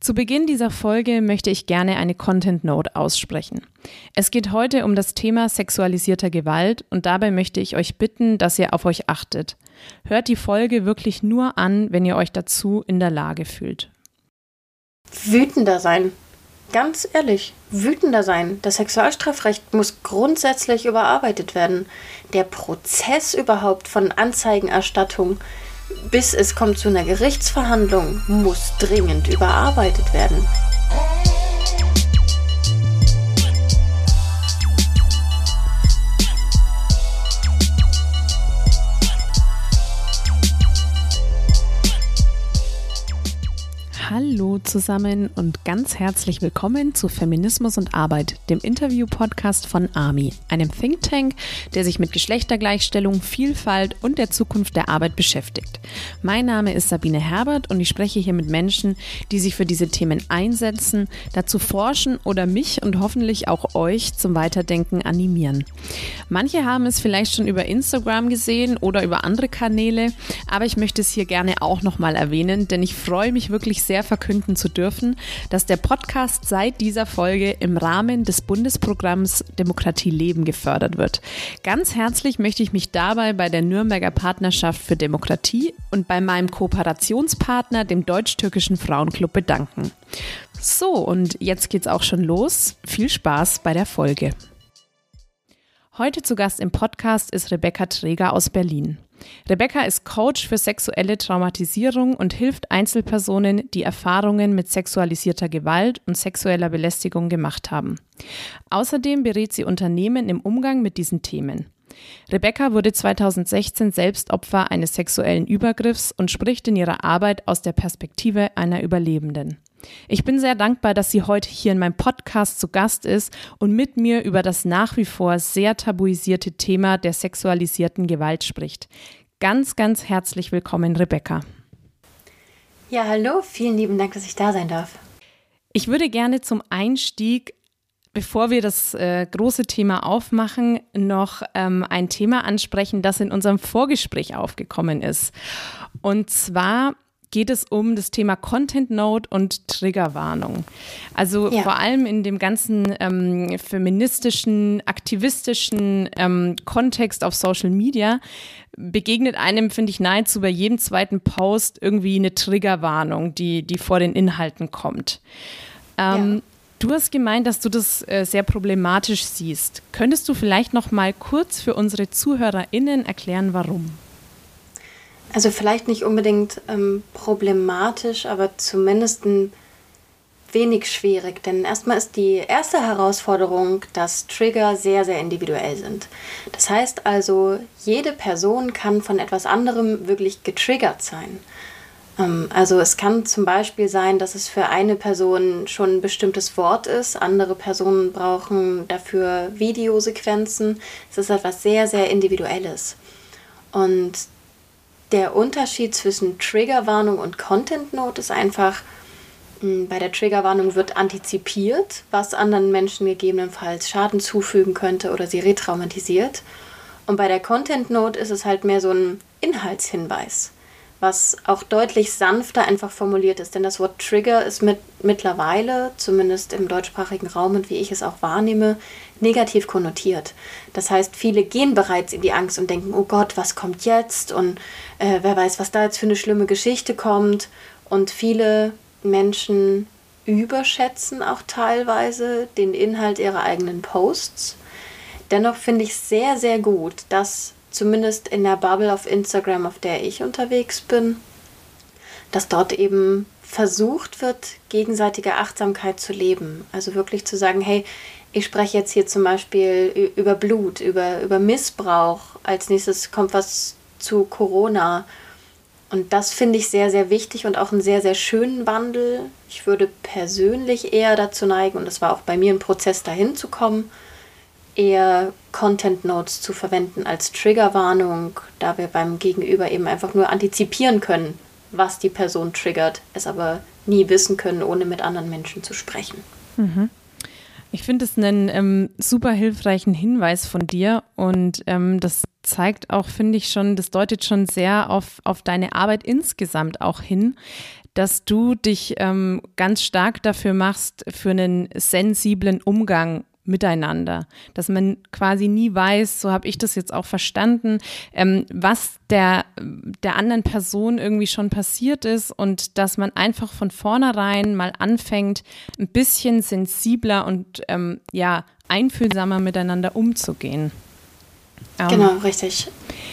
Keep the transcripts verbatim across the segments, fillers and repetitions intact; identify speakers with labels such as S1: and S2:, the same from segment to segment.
S1: Zu Beginn dieser Folge möchte ich gerne eine Content Note aussprechen. Es geht heute um das Thema sexualisierter Gewalt und dabei möchte ich euch bitten, dass ihr auf euch achtet. Hört die Folge wirklich nur an, wenn ihr euch dazu in der Lage fühlt.
S2: Wütender sein. Ganz ehrlich, wütender sein. Das Sexualstrafrecht muss grundsätzlich überarbeitet werden. Der Prozess überhaupt von Anzeigenerstattung bis es kommt zu einer Gerichtsverhandlung, muss dringend überarbeitet werden.
S1: Hallo zusammen und ganz herzlich willkommen zu Feminismus und Arbeit, dem Interview-Podcast von A M I, einem Think Tank, der sich mit Geschlechtergleichstellung, Vielfalt und der Zukunft der Arbeit beschäftigt. Mein Name ist Sabine Herbert und ich spreche hier mit Menschen, die sich für diese Themen einsetzen, dazu forschen oder mich und hoffentlich auch euch zum Weiterdenken animieren. Manche haben es vielleicht schon über Instagram gesehen oder über andere Kanäle, aber ich möchte es hier gerne auch nochmal erwähnen, denn ich freue mich wirklich sehr, verkünden zu dürfen, dass der Podcast seit dieser Folge im Rahmen des Bundesprogramms Demokratie leben gefördert wird. Ganz herzlich möchte ich mich dabei bei der Nürnberger Partnerschaft für Demokratie und bei meinem Kooperationspartner, dem Deutsch-Türkischen Frauenclub, bedanken. So, und jetzt geht's auch schon los. Viel Spaß bei der Folge. Heute zu Gast im Podcast ist Rebecca Traeger aus Berlin. Rebecca ist Coach für sexuelle Traumatisierung und hilft Einzelpersonen, die Erfahrungen mit sexualisierter Gewalt und sexueller Belästigung gemacht haben. Außerdem berät sie Unternehmen im Umgang mit diesen Themen. Rebecca wurde zweitausendsechzehn selbst Opfer eines sexuellen Übergriffs und spricht in ihrer Arbeit aus der Perspektive einer Überlebenden. Ich bin sehr dankbar, dass sie heute hier in meinem Podcast zu Gast ist und mit mir über das nach wie vor sehr tabuisierte Thema der sexualisierten Gewalt spricht. Ganz, ganz herzlich willkommen, Rebecca.
S2: Ja, hallo, vielen lieben Dank, dass ich da sein darf.
S1: Ich würde gerne zum Einstieg, bevor wir das äh, große Thema aufmachen, noch ähm, ein Thema ansprechen, das in unserem Vorgespräch aufgekommen ist. Und zwar geht es um das Thema Content Note und Triggerwarnung. Also ja. Vor allem in dem ganzen ähm, feministischen, aktivistischen ähm, Kontext auf Social Media begegnet einem, finde ich, nahezu bei jedem zweiten Post irgendwie eine Triggerwarnung, die, die vor den Inhalten kommt. Ähm, ja. Du hast gemeint, dass du das äh, sehr problematisch siehst. Könntest du vielleicht noch mal kurz für unsere ZuhörerInnen erklären, warum?
S2: Also vielleicht nicht unbedingt ähm, problematisch, aber zumindest ein wenig schwierig. Denn erstmal ist die erste Herausforderung, dass Trigger sehr, sehr individuell sind. Das heißt also, jede Person kann von etwas anderem wirklich getriggert sein. Ähm, also es kann zum Beispiel sein, dass es für eine Person schon ein bestimmtes Wort ist. Andere Personen brauchen dafür Videosequenzen. Es ist etwas sehr, sehr Individuelles. Und der Unterschied zwischen Triggerwarnung und Content Note ist einfach, bei der Triggerwarnung wird antizipiert, was anderen Menschen gegebenenfalls Schaden zufügen könnte oder sie retraumatisiert. Und bei der Content Note ist es halt mehr so ein Inhaltshinweis, was auch deutlich sanfter einfach formuliert ist. Denn das Wort Trigger ist mit, mittlerweile, zumindest im deutschsprachigen Raum und wie ich es auch wahrnehme, negativ konnotiert. Das heißt, viele gehen bereits in die Angst und denken, oh Gott, was kommt jetzt? Und äh, wer weiß, was da jetzt für eine schlimme Geschichte kommt. Und viele Menschen überschätzen auch teilweise den Inhalt ihrer eigenen Posts. Dennoch finde ich sehr, sehr gut, dass zumindest in der Bubble auf Instagram, auf der ich unterwegs bin, dass dort eben versucht wird, gegenseitige Achtsamkeit zu leben. Also wirklich zu sagen, hey, ich spreche jetzt hier zum Beispiel über Blut, über, über Missbrauch. Als nächstes kommt was zu Corona. Und das finde ich sehr, sehr wichtig und auch einen sehr, sehr schönen Wandel. Ich würde persönlich eher dazu neigen, und das war auch bei mir ein Prozess, dahin zu kommen, eher Content Notes zu verwenden als Triggerwarnung, da wir beim Gegenüber eben einfach nur antizipieren können, was die Person triggert, es aber nie wissen können, ohne mit anderen Menschen zu sprechen.
S1: Mhm. Ich finde es einen ähm, super hilfreichen Hinweis von dir und ähm, das zeigt auch, finde ich schon, das deutet schon sehr auf, auf deine Arbeit insgesamt auch hin, dass du dich ähm, ganz stark dafür machst, für einen sensiblen Umgang miteinander, dass man quasi nie weiß, so habe ich das jetzt auch verstanden, ähm, was der, der anderen Person irgendwie schon passiert ist und dass man einfach von vornherein mal anfängt, ein bisschen sensibler und ähm, ja, einfühlsamer miteinander umzugehen. Ähm,
S2: genau, richtig.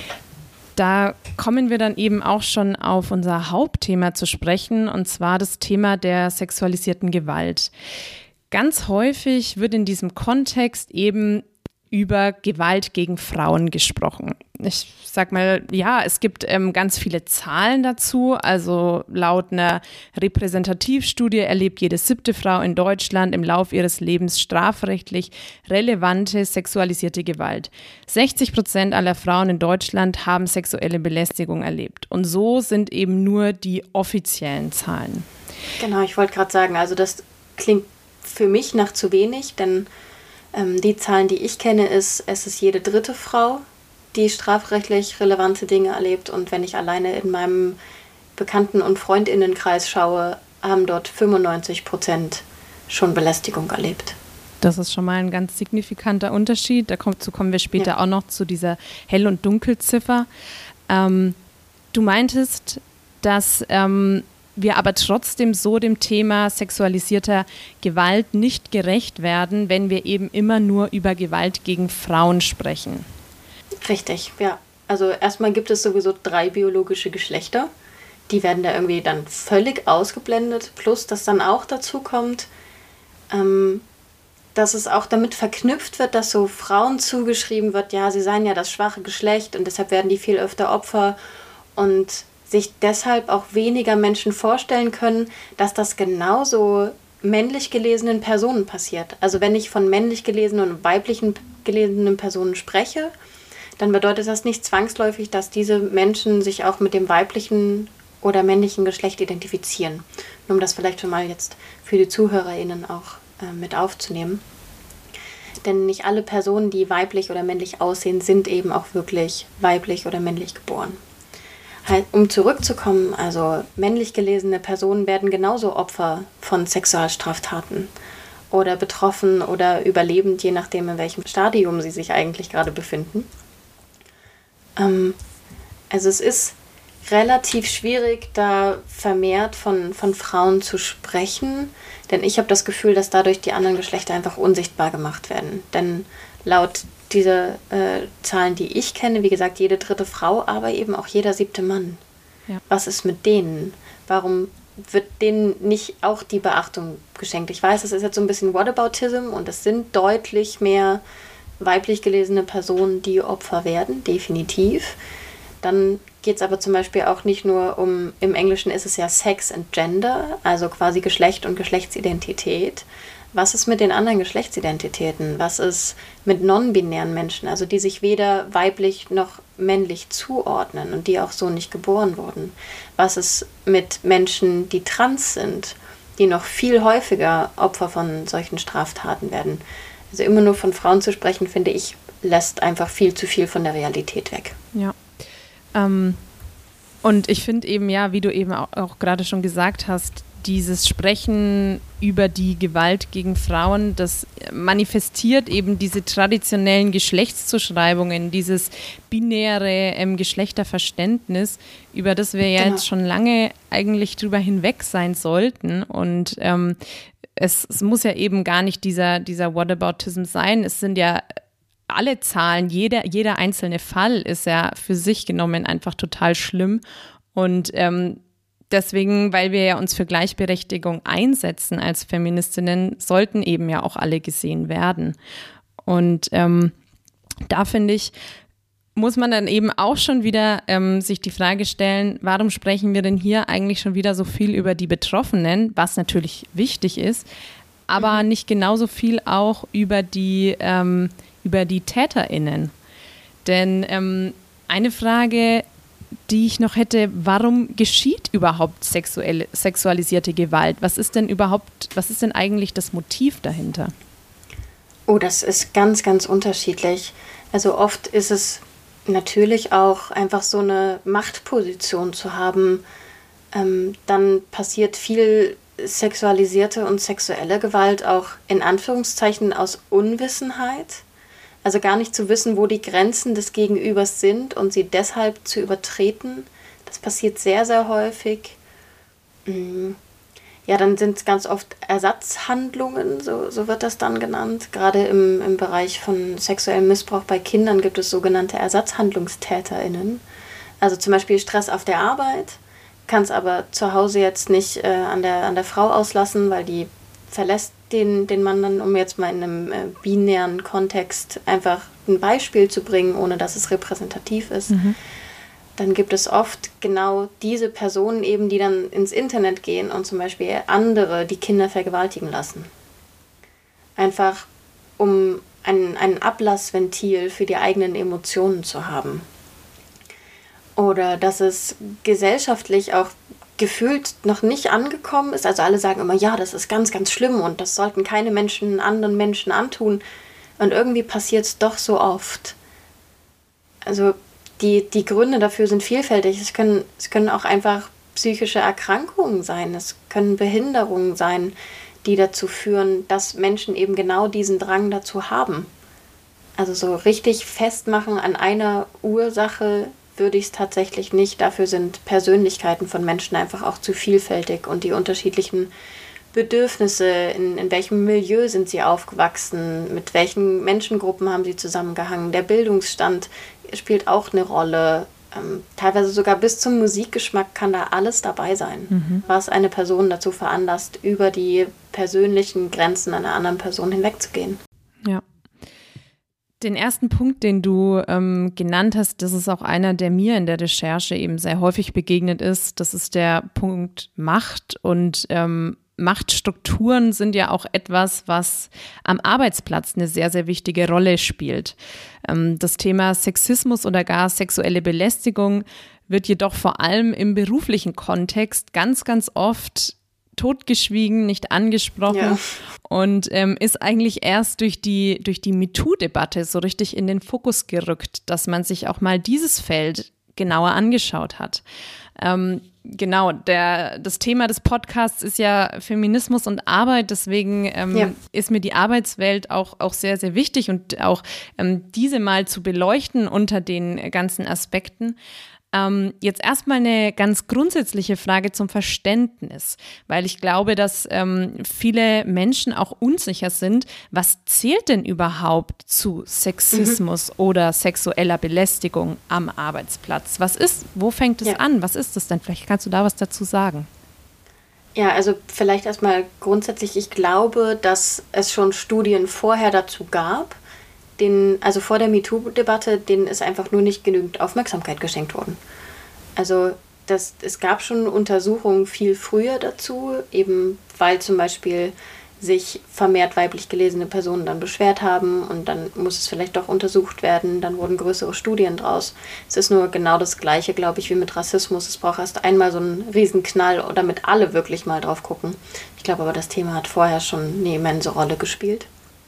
S1: Da kommen wir dann eben auch schon auf unser Hauptthema zu sprechen, und zwar das Thema der sexualisierten Gewalt. Ganz häufig wird in diesem Kontext eben über Gewalt gegen Frauen gesprochen. Ich sag mal, ja, es gibt ähm, ganz viele Zahlen dazu. Also laut einer Repräsentativstudie erlebt jede siebte Frau in Deutschland im Lauf ihres Lebens strafrechtlich relevante sexualisierte Gewalt. sechzig Prozent aller Frauen in Deutschland haben sexuelle Belästigung erlebt. Und so sind eben nur die offiziellen Zahlen.
S2: Genau, ich wollte gerade sagen, also das klingt für mich nach zu wenig, denn ähm, die Zahlen, die ich kenne, ist, es ist jede dritte Frau, die strafrechtlich relevante Dinge erlebt. Und wenn ich alleine in meinem Bekannten- und Freundinnenkreis schaue, haben dort fünfundneunzig Prozent schon Belästigung erlebt.
S1: Das ist schon mal ein ganz signifikanter Unterschied. Dazu kommen wir später ja. auch noch zu dieser Hell- und Dunkelziffer. Ähm, du meintest, dass ähm, wir aber trotzdem so dem Thema sexualisierter Gewalt nicht gerecht werden, wenn wir eben immer nur über Gewalt gegen Frauen sprechen.
S2: Richtig, ja. Also erstmal gibt es sowieso drei biologische Geschlechter. Die werden da irgendwie dann völlig ausgeblendet. Plus, dass dann auch dazu kommt, ähm, dass es auch damit verknüpft wird, dass so Frauen zugeschrieben wird, ja, sie seien ja das schwache Geschlecht und deshalb werden die viel öfter Opfer und sich deshalb auch weniger Menschen vorstellen können, dass das genauso männlich gelesenen Personen passiert. Also wenn ich von männlich gelesenen und weiblichen gelesenen Personen spreche, dann bedeutet das nicht zwangsläufig, dass diese Menschen sich auch mit dem weiblichen oder männlichen Geschlecht identifizieren. Nur um das vielleicht schon mal jetzt für die ZuhörerInnen auch äh, mit aufzunehmen. Denn nicht alle Personen, die weiblich oder männlich aussehen, sind eben auch wirklich weiblich oder männlich geboren. Um zurückzukommen, also männlich gelesene Personen werden genauso Opfer von Sexualstraftaten oder betroffen oder überlebend, je nachdem, in welchem Stadium sie sich eigentlich gerade befinden. Ähm, also es ist relativ schwierig, da vermehrt von, von Frauen zu sprechen, denn ich habe das Gefühl, dass dadurch die anderen Geschlechter einfach unsichtbar gemacht werden. Denn laut diese äh, Zahlen, die ich kenne, wie gesagt, jede dritte Frau, aber eben auch jeder siebte Mann. Ja. Was ist mit denen? Warum wird denen nicht auch die Beachtung geschenkt? Ich weiß, das ist jetzt so ein bisschen Whataboutism und es sind deutlich mehr weiblich gelesene Personen, die Opfer werden, definitiv. Dann geht es aber zum Beispiel auch nicht nur um, im Englischen ist es ja Sex and Gender, also quasi Geschlecht und Geschlechtsidentität. Was ist mit den anderen Geschlechtsidentitäten? Was ist mit non-binären Menschen, also die sich weder weiblich noch männlich zuordnen und die auch so nicht geboren wurden? Was ist mit Menschen, die trans sind, die noch viel häufiger Opfer von solchen Straftaten werden? Also immer nur von Frauen zu sprechen, finde ich, lässt einfach viel zu viel von der Realität weg.
S1: Ja. Ähm, und ich finde eben, ja, wie du eben auch, auch gerade schon gesagt hast, dieses Sprechen über die Gewalt gegen Frauen, das manifestiert eben diese traditionellen Geschlechtszuschreibungen, dieses binäre ähm, Geschlechterverständnis, über das wir ja genau. jetzt schon lange eigentlich drüber hinweg sein sollten. Und ähm, es, es muss ja eben gar nicht dieser, dieser Whataboutism sein. Es sind ja alle Zahlen, jeder, jeder einzelne Fall ist ja für sich genommen einfach total schlimm. Und ähm, deswegen, weil wir ja uns für Gleichberechtigung einsetzen als Feministinnen, sollten eben ja auch alle gesehen werden. Und ähm, da finde ich, muss man dann eben auch schon wieder ähm, sich die Frage stellen, warum sprechen wir denn hier eigentlich schon wieder so viel über die Betroffenen, was natürlich wichtig ist, aber nicht genauso viel auch über die, ähm, über die TäterInnen. Denn ähm, eine Frage, die ich noch hätte, warum geschieht überhaupt sexuelle, sexualisierte Gewalt? Was ist denn überhaupt, was ist denn eigentlich das Motiv dahinter?
S2: Oh, das ist ganz, ganz unterschiedlich. Also oft ist es natürlich auch einfach so eine Machtposition zu haben, ähm, dann passiert viel sexualisierte und sexuelle Gewalt auch in Anführungszeichen aus Unwissenheit. Also gar nicht zu wissen, wo die Grenzen des Gegenübers sind und sie deshalb zu übertreten. Das passiert sehr, sehr häufig. Ja, dann sind es ganz oft Ersatzhandlungen, so, so wird das dann genannt. Gerade im, im Bereich von sexuellem Missbrauch bei Kindern gibt es sogenannte ErsatzhandlungstäterInnen. Also zum Beispiel Stress auf der Arbeit, kann es aber zu Hause jetzt nicht äh, an der, an der Frau auslassen, weil die verlässt den, den Mann dann, um jetzt mal in einem äh, binären Kontext einfach ein Beispiel zu bringen, ohne dass es repräsentativ ist. Mhm. Dann gibt es oft genau diese Personen eben, die dann ins Internet gehen und zum Beispiel andere die Kinder vergewaltigen lassen. Einfach um ein, ein Ablassventil für die eigenen Emotionen zu haben. Oder dass es gesellschaftlich auch gefühlt noch nicht angekommen ist. Also alle sagen immer, ja, das ist ganz, ganz schlimm und das sollten keine Menschen anderen Menschen antun. Und irgendwie passiert es doch so oft. Also die, die Gründe dafür sind vielfältig. Es können, es können auch einfach psychische Erkrankungen sein. Es können Behinderungen sein, die dazu führen, dass Menschen eben genau diesen Drang dazu haben. Also so richtig festmachen an einer Ursache würde ich es tatsächlich nicht. Dafür sind Persönlichkeiten von Menschen einfach auch zu vielfältig und die unterschiedlichen Bedürfnisse, in, in welchem Milieu sind sie aufgewachsen, mit welchen Menschengruppen haben sie zusammengehangen, der Bildungsstand spielt auch eine Rolle. Ähm, teilweise sogar bis zum Musikgeschmack kann da alles dabei sein, mhm. was eine Person dazu veranlasst, über die persönlichen Grenzen einer anderen Person hinwegzugehen.
S1: Ja. Den ersten Punkt, den du ähm, genannt hast, das ist auch einer, der mir in der Recherche eben sehr häufig begegnet ist. Das ist der Punkt Macht und ähm, Machtstrukturen sind ja auch etwas, was am Arbeitsplatz eine sehr, sehr wichtige Rolle spielt. Ähm, das Thema Sexismus oder gar sexuelle Belästigung wird jedoch vor allem im beruflichen Kontext ganz, ganz oft totgeschwiegen, nicht angesprochen ja. und ähm, ist eigentlich erst durch die, durch die MeToo-Debatte so richtig in den Fokus gerückt, dass man sich auch mal dieses Feld genauer angeschaut hat. Ähm, genau, der, das Thema des Podcasts ist ja Feminismus und Arbeit, deswegen ähm, ja. ist mir die Arbeitswelt auch, auch sehr, sehr wichtig und auch ähm, diese mal zu beleuchten unter den ganzen Aspekten. Ähm, jetzt erstmal eine ganz grundsätzliche Frage zum Verständnis, weil ich glaube, dass ähm, viele Menschen auch unsicher sind, was zählt denn überhaupt zu Sexismus mhm. oder sexueller Belästigung am Arbeitsplatz? Was ist, wo fängt es ja. an? Was ist das denn? Vielleicht kannst du da was dazu sagen.
S2: Ja, also vielleicht erstmal grundsätzlich, ich glaube, dass es schon Studien vorher dazu gab, Den, also vor der MeToo-Debatte, denen ist einfach nur nicht genügend Aufmerksamkeit geschenkt worden. Also das, es gab schon Untersuchungen viel früher dazu, eben weil zum Beispiel sich vermehrt weiblich gelesene Personen dann beschwert haben und dann muss es vielleicht doch untersucht werden, dann wurden größere Studien draus. Es ist nur genau das Gleiche, glaube ich, wie mit Rassismus. Es braucht erst einmal so einen Riesenknall, damit alle wirklich mal drauf gucken. Ich glaube aber, das Thema hat vorher schon eine immense Rolle gespielt.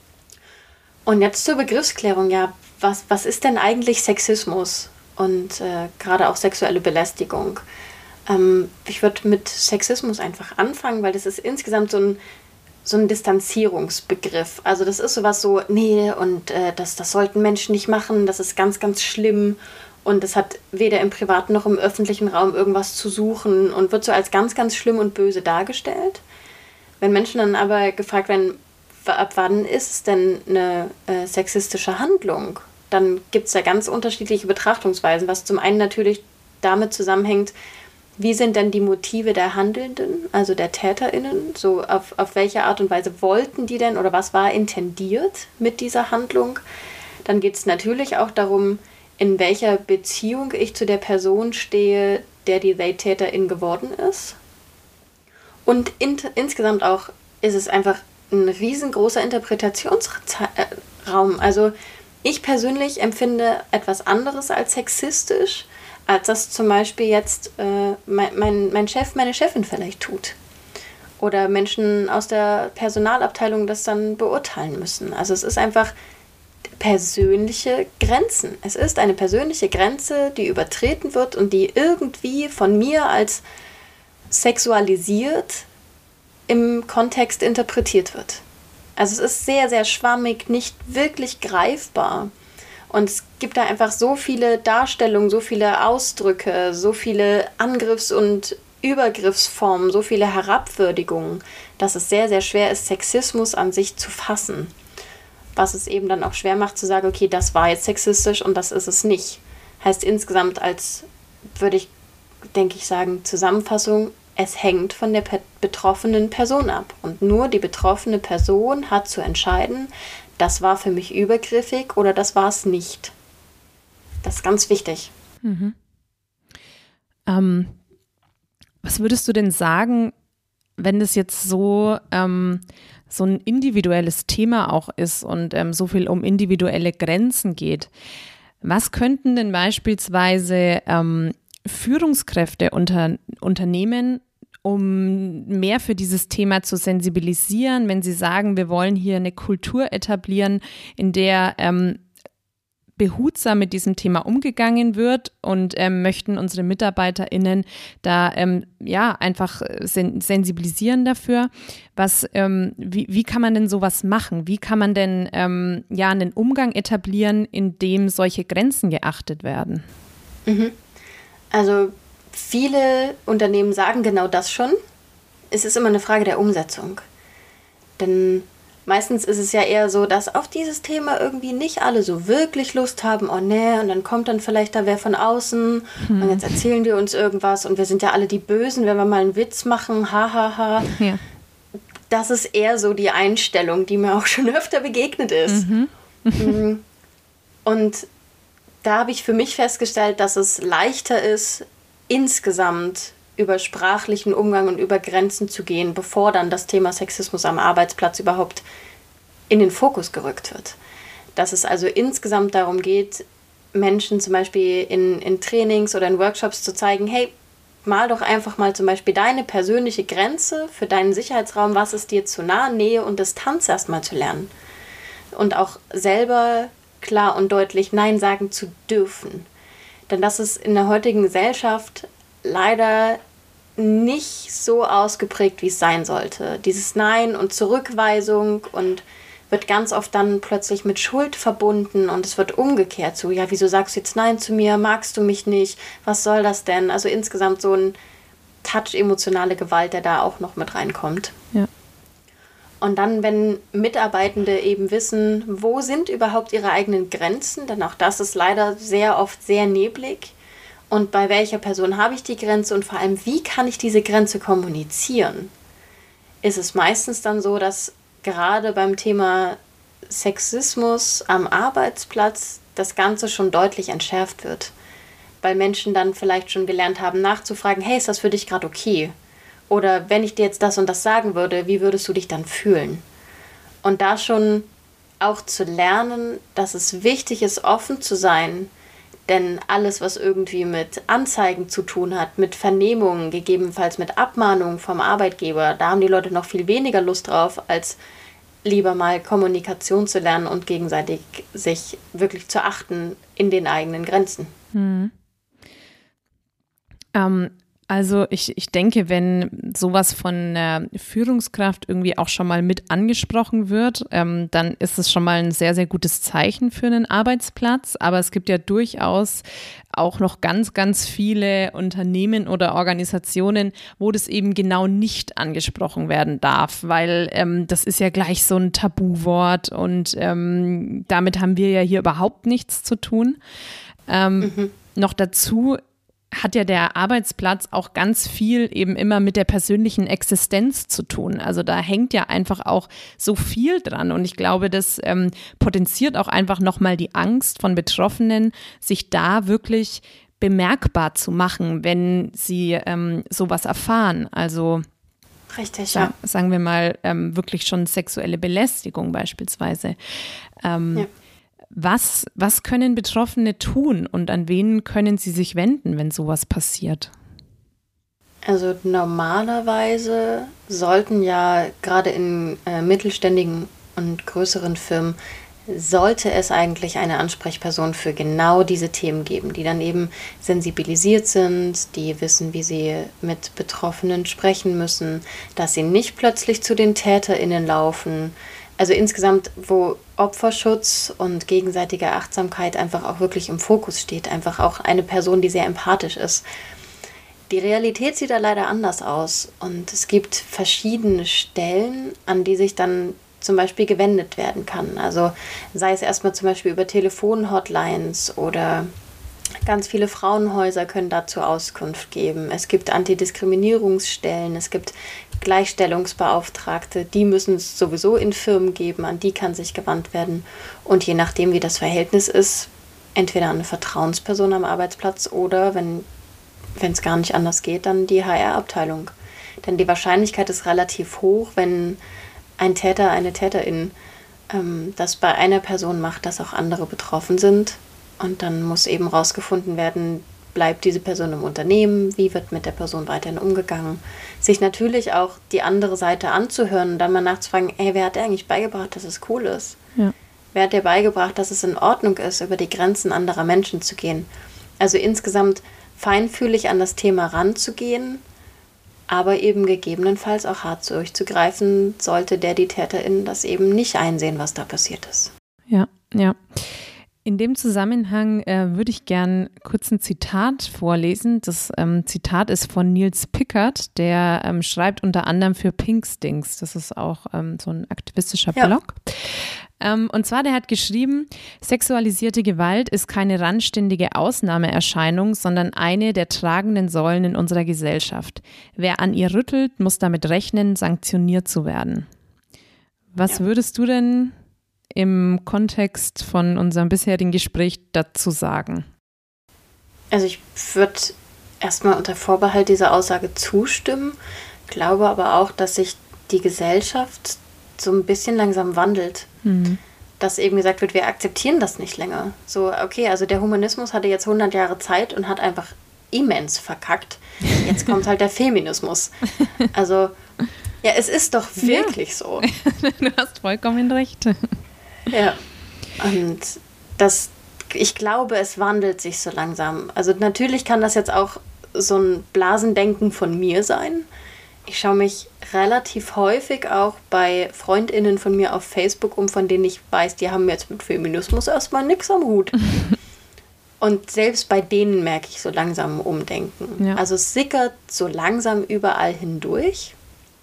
S2: Und jetzt zur Begriffsklärung, ja, was, was ist denn eigentlich Sexismus und äh, gerade auch sexuelle Belästigung? Ähm, ich würde mit Sexismus einfach anfangen, weil das ist insgesamt so ein, so ein Distanzierungsbegriff. Also das ist sowas so, nee, und äh, das, das sollten Menschen nicht machen, das ist ganz, ganz schlimm und das hat weder im privaten noch im öffentlichen Raum irgendwas zu suchen und wird so als ganz, ganz schlimm und böse dargestellt. Wenn Menschen dann aber gefragt werden, ab wann ist es denn eine äh, sexistische Handlung? Dann gibt es da ganz unterschiedliche Betrachtungsweisen, was zum einen natürlich damit zusammenhängt, wie sind denn die Motive der Handelnden, also der TäterInnen? So auf, auf welche Art und Weise wollten die denn oder was war intendiert mit dieser Handlung? Dann geht es natürlich auch darum, in welcher Beziehung ich zu der Person stehe, der die Täterin geworden ist. Und in, insgesamt auch ist es einfach ein riesengroßer Interpretationsraum. Also ich persönlich empfinde etwas anderes als sexistisch, als das zum Beispiel jetzt äh, mein, mein, mein Chef, meine Chefin vielleicht tut. Oder Menschen aus der Personalabteilung das dann beurteilen müssen. Also es ist einfach persönliche Grenzen. Es ist eine persönliche Grenze, die übertreten wird und die irgendwie von mir als sexualisiert im Kontext interpretiert wird. Also es ist sehr, sehr schwammig, nicht wirklich greifbar. Und es gibt da einfach so viele Darstellungen, so viele Ausdrücke, so viele Angriffs- und Übergriffsformen, so viele Herabwürdigungen, dass es sehr, sehr schwer ist, Sexismus an sich zu fassen. Was es eben dann auch schwer macht zu sagen, okay, das war jetzt sexistisch und das ist es nicht. Heißt insgesamt als, würde ich, denke ich sagen, Zusammenfassung, es hängt von der pe- betroffenen Person ab. Und nur die betroffene Person hat zu entscheiden, das war für mich übergriffig oder das war es nicht. Das ist ganz wichtig.
S1: Mhm. Ähm, was würdest du denn sagen, wenn das jetzt so, ähm, so ein individuelles Thema auch ist und ähm, so viel um individuelle Grenzen geht? Was könnten denn beispielsweise ähm, Führungskräfte unter, unternehmen, um mehr für dieses Thema zu sensibilisieren, wenn sie sagen, wir wollen hier eine Kultur etablieren, in der ähm, behutsam mit diesem Thema umgegangen wird und ähm, möchten unsere MitarbeiterInnen da ähm, ja einfach sen- sensibilisieren dafür. Was, ähm, wie, wie kann man denn sowas machen? Wie kann man denn ähm, ja einen Umgang etablieren, in dem solche Grenzen geachtet werden?
S2: Mhm. Also viele Unternehmen sagen genau das schon. Es ist immer eine Frage der Umsetzung. Denn meistens ist es ja eher so, dass auf dieses Thema irgendwie nicht alle so wirklich Lust haben. Oh nee, und dann kommt dann vielleicht da wer von außen hm. und jetzt erzählen die uns irgendwas und wir sind ja alle die Bösen, wenn wir mal einen Witz machen, hahaha. Ha, ha. Ja. Das ist eher so die Einstellung, die mir auch schon öfter begegnet ist. Mhm. Und da habe ich für mich festgestellt, dass es leichter ist, insgesamt über sprachlichen Umgang und über Grenzen zu gehen, bevor dann das Thema Sexismus am Arbeitsplatz überhaupt in den Fokus gerückt wird. Dass es also insgesamt darum geht, Menschen zum Beispiel in, in Trainings oder in Workshops zu zeigen, hey, mal doch einfach mal zum Beispiel deine persönliche Grenze für deinen Sicherheitsraum, was ist dir zu nah, Nähe und Distanz erstmal zu lernen. Und auch selber klar und deutlich Nein sagen zu dürfen. Denn das ist in der heutigen Gesellschaft leider nicht so ausgeprägt, wie es sein sollte. Dieses Nein und Zurückweisung und wird ganz oft dann plötzlich mit Schuld verbunden und es wird umgekehrt so, ja, wieso sagst du jetzt Nein zu mir, magst du mich nicht, was soll das denn? Also insgesamt so ein Touch emotionale Gewalt, der da auch noch mit reinkommt.
S1: Ja.
S2: Und dann, wenn Mitarbeitende eben wissen, wo sind überhaupt ihre eigenen Grenzen, denn auch das ist leider sehr oft sehr neblig. Und bei welcher Person habe ich die Grenze und vor allem, wie kann ich diese Grenze kommunizieren? Ist es meistens dann so, dass gerade beim Thema Sexismus am Arbeitsplatz das Ganze schon deutlich entschärft wird. Weil Menschen dann vielleicht schon gelernt haben, nachzufragen, hey, ist das für dich gerade okay? Oder wenn ich dir jetzt das und das sagen würde, wie würdest du dich dann fühlen? Und da schon auch zu lernen, dass es wichtig ist, offen zu sein, denn alles, was irgendwie mit Anzeigen zu tun hat, mit Vernehmungen, gegebenenfalls mit Abmahnungen vom Arbeitgeber, da haben die Leute noch viel weniger Lust drauf, als lieber mal Kommunikation zu lernen und gegenseitig sich wirklich zu achten in den eigenen Grenzen.
S1: Hm. Ähm, also ich, ich denke, wenn sowas von der Führungskraft irgendwie auch schon mal mit angesprochen wird, ähm, dann ist es schon mal ein sehr, sehr gutes Zeichen für einen Arbeitsplatz. Aber es gibt ja durchaus auch noch ganz, ganz viele Unternehmen oder Organisationen, wo das eben genau nicht angesprochen werden darf, weil ähm, das ist ja gleich so ein Tabuwort und ähm, damit haben wir ja hier überhaupt nichts zu tun. Ähm, mhm. Noch dazu hat ja der Arbeitsplatz auch ganz viel eben immer mit der persönlichen Existenz zu tun. Also da hängt ja einfach auch so viel dran und ich glaube, das ähm, potenziert auch einfach nochmal die Angst von Betroffenen, sich da wirklich bemerkbar zu machen, wenn sie ähm, sowas erfahren. Also
S2: Richtig,
S1: ja.
S2: ja.
S1: Sagen wir mal ähm, wirklich schon sexuelle Belästigung beispielsweise. Ähm, ja. Was, was können Betroffene tun und an wen können sie sich wenden, wenn sowas passiert?
S2: Also normalerweise sollten ja gerade in äh, mittelständigen und größeren Firmen sollte es eigentlich eine Ansprechperson für genau diese Themen geben, die dann eben sensibilisiert sind, die wissen, wie sie mit Betroffenen sprechen müssen, dass sie nicht plötzlich zu den TäterInnen laufen. Also insgesamt, wo Opferschutz und gegenseitige Achtsamkeit einfach auch wirklich im Fokus steht, einfach auch eine Person, die sehr empathisch ist. Die Realität sieht da leider anders aus und es gibt verschiedene Stellen, an die sich dann zum Beispiel gewendet werden kann. Also sei es erstmal zum Beispiel über Telefonhotlines oder ganz viele Frauenhäuser können dazu Auskunft geben. Es gibt Antidiskriminierungsstellen, es gibt Gleichstellungsbeauftragte, die müssen es sowieso in Firmen geben, an die kann sich gewandt werden. Und je nachdem, wie das Verhältnis ist, entweder eine Vertrauensperson am Arbeitsplatz oder, wenn wenn es gar nicht anders geht, dann die H R-Abteilung. Denn die Wahrscheinlichkeit ist relativ hoch, wenn ein Täter, eine Täterin ähm, das bei einer Person macht, dass auch andere betroffen sind. Und dann muss eben rausgefunden werden, bleibt diese Person im Unternehmen, wie wird mit der Person weiterhin umgegangen. Sich natürlich auch die andere Seite anzuhören und dann mal nachzufragen, ey, wer hat dir eigentlich beigebracht, dass es cool ist? Ja. Wer hat dir beigebracht, dass es in Ordnung ist, über die Grenzen anderer Menschen zu gehen? Also insgesamt feinfühlig an das Thema ranzugehen, aber eben gegebenenfalls auch hart durchzugreifen, sollte der, die Täterin das eben nicht einsehen, was da passiert ist.
S1: Ja, ja. In dem Zusammenhang äh, würde ich gern kurz ein Zitat vorlesen. Das ähm, Zitat ist von Nils Pickert, der ähm, schreibt unter anderem für Pinkstings. Das ist auch ähm, so ein aktivistischer ja. Blog. Ähm, und zwar, der hat geschrieben, sexualisierte Gewalt ist keine randständige Ausnahmeerscheinung, sondern eine der tragenden Säulen in unserer Gesellschaft. Wer an ihr rüttelt, muss damit rechnen, sanktioniert zu werden. Was ja. würdest du denn im Kontext von unserem bisherigen Gespräch dazu sagen?
S2: Also ich würde erstmal unter Vorbehalt dieser Aussage zustimmen, glaube aber auch, dass sich die Gesellschaft so ein bisschen langsam wandelt. Mhm. Dass eben gesagt wird, wir akzeptieren das nicht länger. So, okay, also der Humanismus hatte jetzt hundert Jahre Zeit und hat einfach immens verkackt. Jetzt kommt halt der Feminismus. Also, ja, es ist doch wirklich ja. so.
S1: Du hast vollkommen recht.
S2: Ja, und das, ich glaube, es wandelt sich so langsam. Also natürlich kann das jetzt auch so ein Blasendenken von mir sein. Ich schaue mich relativ häufig auch bei FreundInnen von mir auf Facebook um, von denen ich weiß, die haben jetzt mit Feminismus erstmal nichts am Hut. Und selbst bei denen merke ich so langsam Umdenken. Ja. Also es sickert so langsam überall hindurch,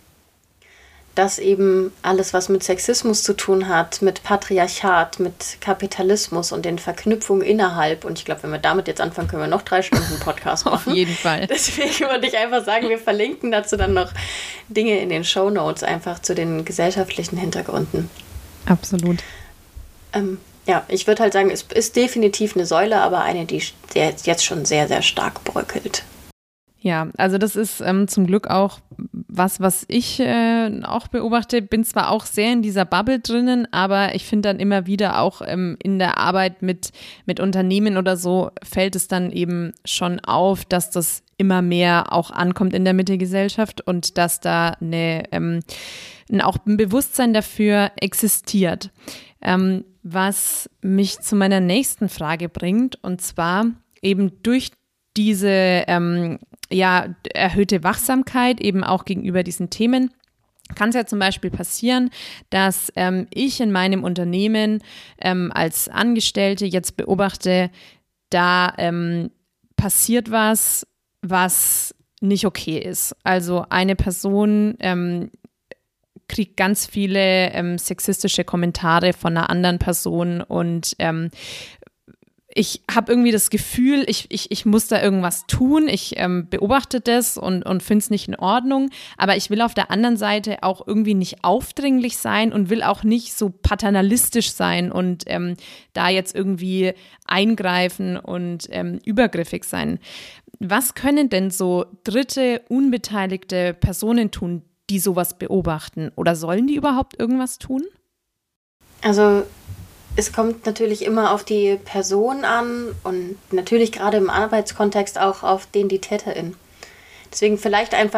S2: dass eben alles, was mit Sexismus zu tun hat, mit Patriarchat, mit Kapitalismus und den Verknüpfungen innerhalb, und ich glaube, wenn wir damit jetzt anfangen, können wir noch drei Stunden Podcast machen.
S1: Auf jeden Fall.
S2: Deswegen würde ich einfach sagen, wir verlinken dazu dann noch Dinge in den Shownotes, einfach zu den gesellschaftlichen Hintergründen.
S1: Absolut.
S2: Ähm, ja, ich würde halt sagen, es ist definitiv eine Säule, aber eine, die jetzt schon sehr, sehr stark bröckelt.
S1: Ja, also das ist ähm, zum Glück auch was, was ich äh, auch beobachte. Bin zwar auch sehr in dieser Bubble drinnen, aber ich finde dann immer wieder auch ähm, in der Arbeit mit, mit Unternehmen oder so fällt es dann eben schon auf, dass das immer mehr auch ankommt in der Mittegesellschaft und dass da eine, ähm, auch ein Bewusstsein dafür existiert. Ähm, was mich zu meiner nächsten Frage bringt, und zwar eben durch diese ähm, ja, erhöhte Wachsamkeit eben auch gegenüber diesen Themen, kann es ja zum Beispiel passieren, dass ähm, ich in meinem Unternehmen ähm, als Angestellte jetzt beobachte, da ähm, passiert was, was nicht okay ist. Also eine Person ähm, kriegt ganz viele ähm, sexistische Kommentare von einer anderen Person und ähm, ich habe irgendwie das Gefühl, ich, ich, ich muss da irgendwas tun. Ich ähm, beobachte das und, und finde es nicht in Ordnung. Aber ich will auf der anderen Seite auch irgendwie nicht aufdringlich sein und will auch nicht so paternalistisch sein und ähm, da jetzt irgendwie eingreifen und ähm, übergriffig sein. Was können denn so dritte, unbeteiligte Personen tun, die sowas beobachten? Oder sollen die überhaupt irgendwas tun?
S2: Also es kommt natürlich immer auf die Person an und natürlich gerade im Arbeitskontext auch auf den, die Täterin. Deswegen vielleicht einfach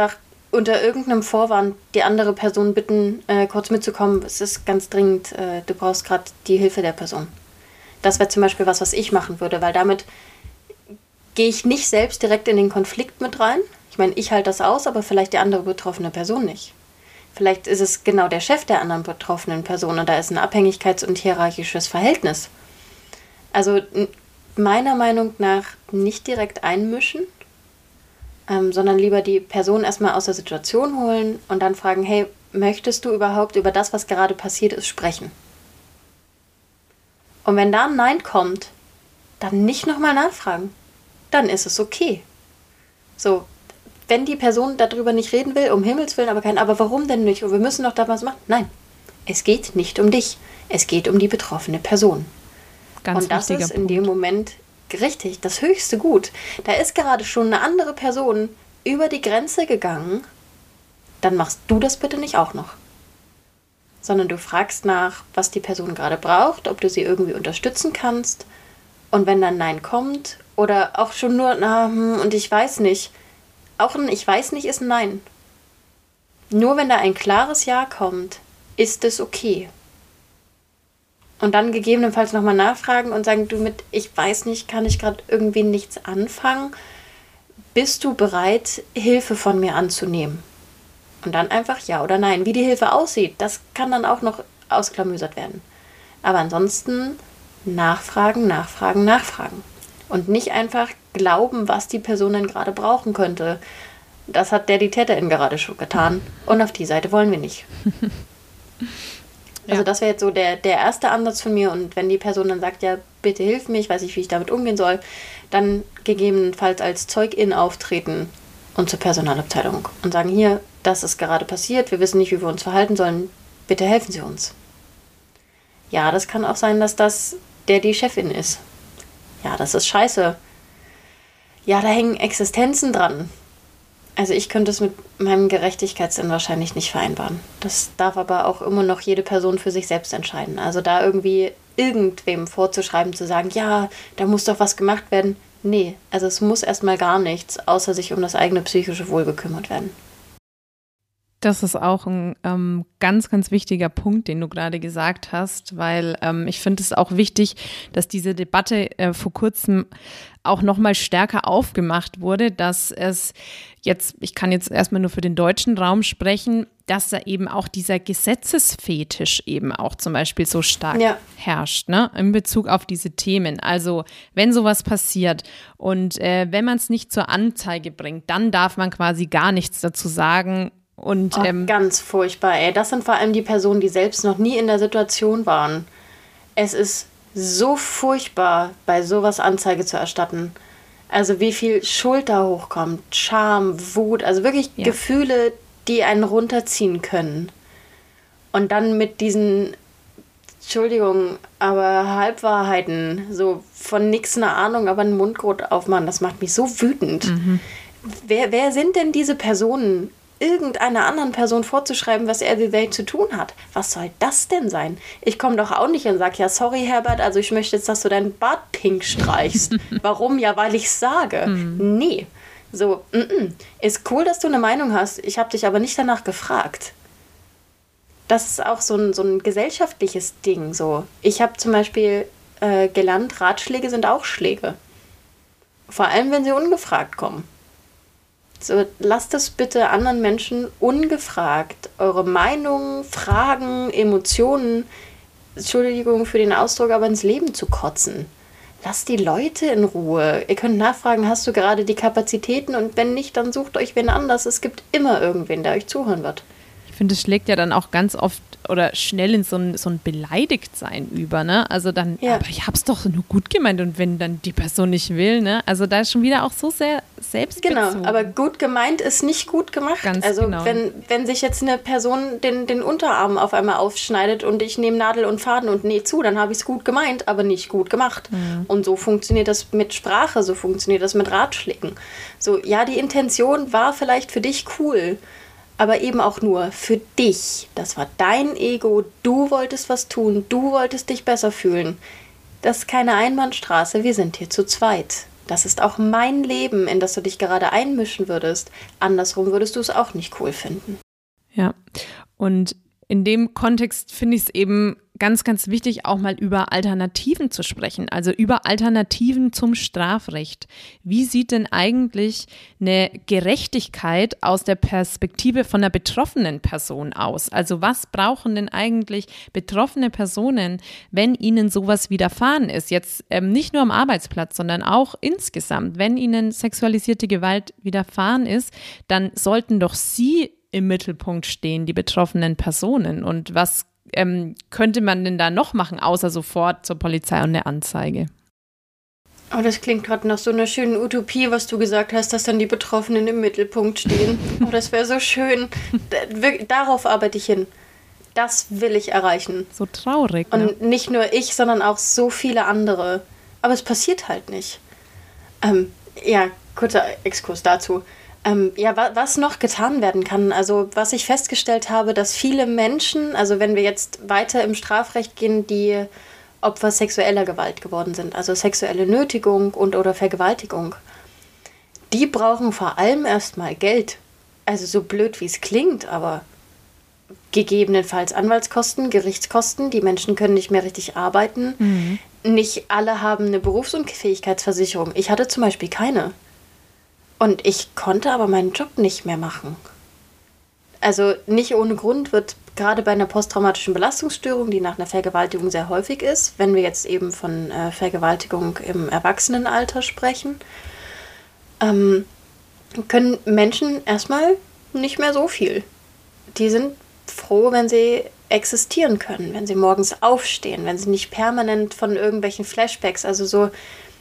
S2: unter irgendeinem Vorwand die andere Person bitten, äh, kurz mitzukommen, es ist ganz dringend, äh, du brauchst gerade die Hilfe der Person. Das wäre zum Beispiel was, was ich machen würde, weil damit gehe ich nicht selbst direkt in den Konflikt mit rein. Ich meine, ich halte das aus, aber vielleicht die andere betroffene Person nicht. Vielleicht ist es genau der Chef der anderen betroffenen Person und da ist ein Abhängigkeits- und hierarchisches Verhältnis. Also meiner Meinung nach nicht direkt einmischen, ähm, sondern lieber die Person erstmal aus der Situation holen und dann fragen, hey, möchtest du überhaupt über das, was gerade passiert ist, sprechen? Und wenn da ein Nein kommt, dann nicht nochmal nachfragen. Dann ist es okay. So, wenn die Person darüber nicht reden will, um Himmels Willen, aber kein, aber warum denn nicht? Und wir müssen doch da was machen. Nein, es geht nicht um dich. Es geht um die betroffene Person. Ganz Und das ist in Punkt. Dem Moment richtig, das höchste Gut. Da ist gerade schon eine andere Person über die Grenze gegangen. Dann machst du das bitte nicht auch noch. Sondern du fragst nach, was die Person gerade braucht, ob du sie irgendwie unterstützen kannst. Und wenn dann Nein kommt oder auch schon nur, na, und ich weiß nicht, auch ein Ich weiß nicht ist ein Nein. Nur wenn da ein klares Ja kommt, ist es okay. Und dann gegebenenfalls nochmal nachfragen und sagen, du mit Ich weiß nicht, kann ich gerade irgendwie nichts anfangen. Bist du bereit, Hilfe von mir anzunehmen? Und dann einfach Ja oder Nein. Wie die Hilfe aussieht, das kann dann auch noch ausklamüsert werden. Aber ansonsten nachfragen, nachfragen, nachfragen. Und nicht einfach glauben, was die Person denn gerade brauchen könnte. Das hat der die Täterin gerade schon getan. Und auf die Seite wollen wir nicht. Also das wäre jetzt so der, der erste Ansatz von mir. Und wenn die Person dann sagt, ja, bitte hilf mir, ich weiß nicht, wie ich damit umgehen soll, dann gegebenenfalls als Zeugin auftreten und zur Personalabteilung und sagen, hier, das ist gerade passiert, wir wissen nicht, wie wir uns verhalten sollen, bitte helfen Sie uns. Ja, das kann auch sein, dass das der die Chefin ist. Ja, das ist scheiße. Ja, da hängen Existenzen dran. Also ich könnte es mit meinem Gerechtigkeitssinn wahrscheinlich nicht vereinbaren. Das darf aber auch immer noch jede Person für sich selbst entscheiden. Also da irgendwie irgendwem vorzuschreiben, zu sagen, ja, da muss doch was gemacht werden. Nee, also es muss erstmal gar nichts, außer sich um das eigene psychische Wohl gekümmert werden.
S1: Das ist auch ein ähm, ganz, ganz wichtiger Punkt, den du gerade gesagt hast, weil ähm, ich finde es auch wichtig, dass diese Debatte äh, vor kurzem auch nochmal stärker aufgemacht wurde, dass es jetzt, ich kann jetzt erstmal nur für den deutschen Raum sprechen, dass da eben auch dieser Gesetzesfetisch eben auch zum Beispiel so stark ja. herrscht, ne, in Bezug auf diese Themen. Also wenn sowas passiert und äh, wenn man es nicht zur Anzeige bringt, dann darf man quasi gar nichts dazu sagen. Und,
S2: oh,
S1: ähm,
S2: ganz furchtbar, ey. Das sind vor allem die Personen, die selbst noch nie in der Situation waren. Es ist so furchtbar, bei sowas Anzeige zu erstatten. Also wie viel Schuld da hochkommt, Scham, Wut, also wirklich ja. Gefühle, die einen runterziehen können. Und dann mit diesen, Entschuldigung, aber Halbwahrheiten, so von nix eine Ahnung, aber einen Mundgurt aufmachen, das macht mich so wütend. Mhm. Wer, wer sind denn diese Personen, irgendeiner anderen Person vorzuschreiben, was er die Welt zu tun hat? Was soll das denn sein? Ich komme doch auch nicht und sage, ja, sorry, Herbert, also ich möchte jetzt, dass du deinen Bart pink streichst. Warum? Ja, weil ich sage. Mhm. Nee. So, n-n. Ist cool, dass du eine Meinung hast. Ich habe dich aber nicht danach gefragt. Das ist auch so ein, so ein gesellschaftliches Ding. So. Ich habe zum Beispiel äh, gelernt, Ratschläge sind auch Schläge. Vor allem, wenn sie ungefragt kommen. So, lasst es bitte anderen Menschen ungefragt eure Meinungen, Fragen, Emotionen, Entschuldigung für den Ausdruck, aber ins Leben zu kotzen. Lasst die Leute in Ruhe. Ihr könnt nachfragen, hast du gerade die Kapazitäten? Und wenn nicht, dann sucht euch wen anders. Es gibt immer irgendwen, der euch zuhören wird.
S1: Ich finde, es schlägt ja dann auch ganz oft oder schnell in so ein, so ein Beleidigtsein über, ne? Also dann, ja. aber ich hab's doch nur gut gemeint und wenn dann die Person nicht will, ne? Also da ist schon wieder auch so sehr selbstbezogen.
S2: Genau, aber gut gemeint ist nicht gut gemacht.
S1: Ganz
S2: also
S1: genau.
S2: wenn, wenn sich jetzt eine Person den, den Unterarm auf einmal aufschneidet und ich nehme Nadel und Faden und nähe zu, dann habe ich es gut gemeint, aber nicht gut gemacht. Mhm. Und so funktioniert das mit Sprache, so funktioniert das mit Ratschlägen. So, ja, die Intention war vielleicht für dich cool, aber eben auch nur für dich. Das war dein Ego, du wolltest was tun, du wolltest dich besser fühlen. Das ist keine Einbahnstraße, wir sind hier zu zweit. Das ist auch mein Leben, in das du dich gerade einmischen würdest. Andersrum würdest du es auch nicht cool finden.
S1: Ja, und in dem Kontext finde ich es eben ganz, ganz wichtig, auch mal über Alternativen zu sprechen, also über Alternativen zum Strafrecht. Wie sieht denn eigentlich eine Gerechtigkeit aus der Perspektive von einer betroffenen Person aus? Also was brauchen denn eigentlich betroffene Personen, wenn ihnen sowas widerfahren ist? Jetzt ähm, nicht nur am Arbeitsplatz, sondern auch insgesamt. Wenn ihnen sexualisierte Gewalt widerfahren ist, dann sollten doch sie im Mittelpunkt stehen, die betroffenen Personen. Und was ähm, könnte man denn da noch machen, außer sofort zur Polizei und eine Anzeige?
S2: Oh, das klingt gerade nach so einer schönen Utopie, was du gesagt hast, dass dann die Betroffenen im Mittelpunkt stehen. Oh, das wäre so schön. Darauf arbeite ich hin. Das will ich erreichen.
S1: So traurig, ne?
S2: Und nicht nur ich, sondern auch so viele andere. Aber es passiert halt nicht. Ähm, ja, kurzer Exkurs dazu. Ähm, ja, wa- was noch getan werden kann, also was ich festgestellt habe, dass viele Menschen, also wenn wir jetzt weiter im Strafrecht gehen, die Opfer sexueller Gewalt geworden sind, also sexuelle Nötigung und oder Vergewaltigung, die brauchen vor allem erstmal Geld. Also so blöd wie es klingt, aber gegebenenfalls Anwaltskosten, Gerichtskosten, die Menschen können nicht mehr richtig arbeiten. Mhm. Nicht alle haben eine Berufsunfähigkeitsversicherung. Ich hatte zum Beispiel keine. Und ich konnte aber meinen Job nicht mehr machen. Also nicht ohne Grund wird gerade bei einer posttraumatischen Belastungsstörung, die nach einer Vergewaltigung sehr häufig ist, wenn wir jetzt eben von äh, Vergewaltigung im Erwachsenenalter sprechen, ähm, können Menschen erstmal nicht mehr so viel. Die sind froh, wenn sie existieren können, wenn sie morgens aufstehen, wenn sie nicht permanent von irgendwelchen Flashbacks, also so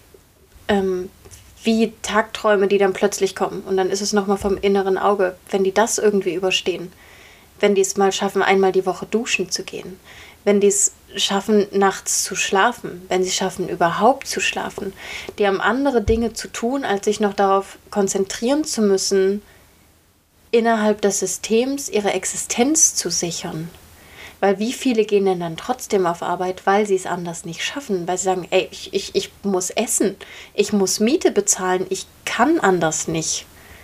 S2: ähm, wie Tagträume, die dann plötzlich kommen. Und dann ist es nochmal vom inneren Auge, wenn die das irgendwie überstehen. Wenn die es mal schaffen, einmal die Woche duschen zu gehen. Wenn die es schaffen, nachts zu schlafen. Wenn sie schaffen, überhaupt zu schlafen. Die haben andere Dinge zu tun, als sich noch darauf konzentrieren zu müssen, innerhalb des Systems ihre Existenz zu sichern. Weil wie viele gehen denn dann trotzdem auf Arbeit, weil sie es anders nicht schaffen, weil sie sagen, ey, ich, ich, ich muss essen, ich muss Miete bezahlen, ich kann anders nicht.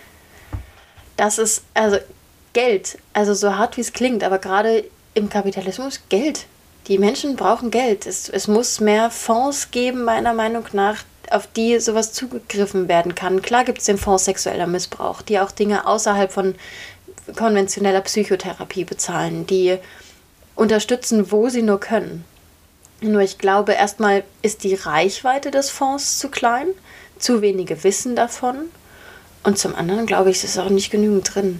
S2: Das ist, also Geld, also so hart wie es klingt, aber gerade im Kapitalismus Geld. Die Menschen brauchen Geld. Es, es muss mehr Fonds geben, meiner Meinung nach, auf die sowas zugegriffen werden kann. Klar gibt es den Fonds sexueller Missbrauch, die auch Dinge außerhalb von konventioneller Psychotherapie bezahlen, die unterstützen, wo sie nur können. Nur ich glaube, erstmal ist die Reichweite des Fonds zu klein, zu wenige wissen davon und zum anderen, glaube ich, ist auch nicht genügend drin.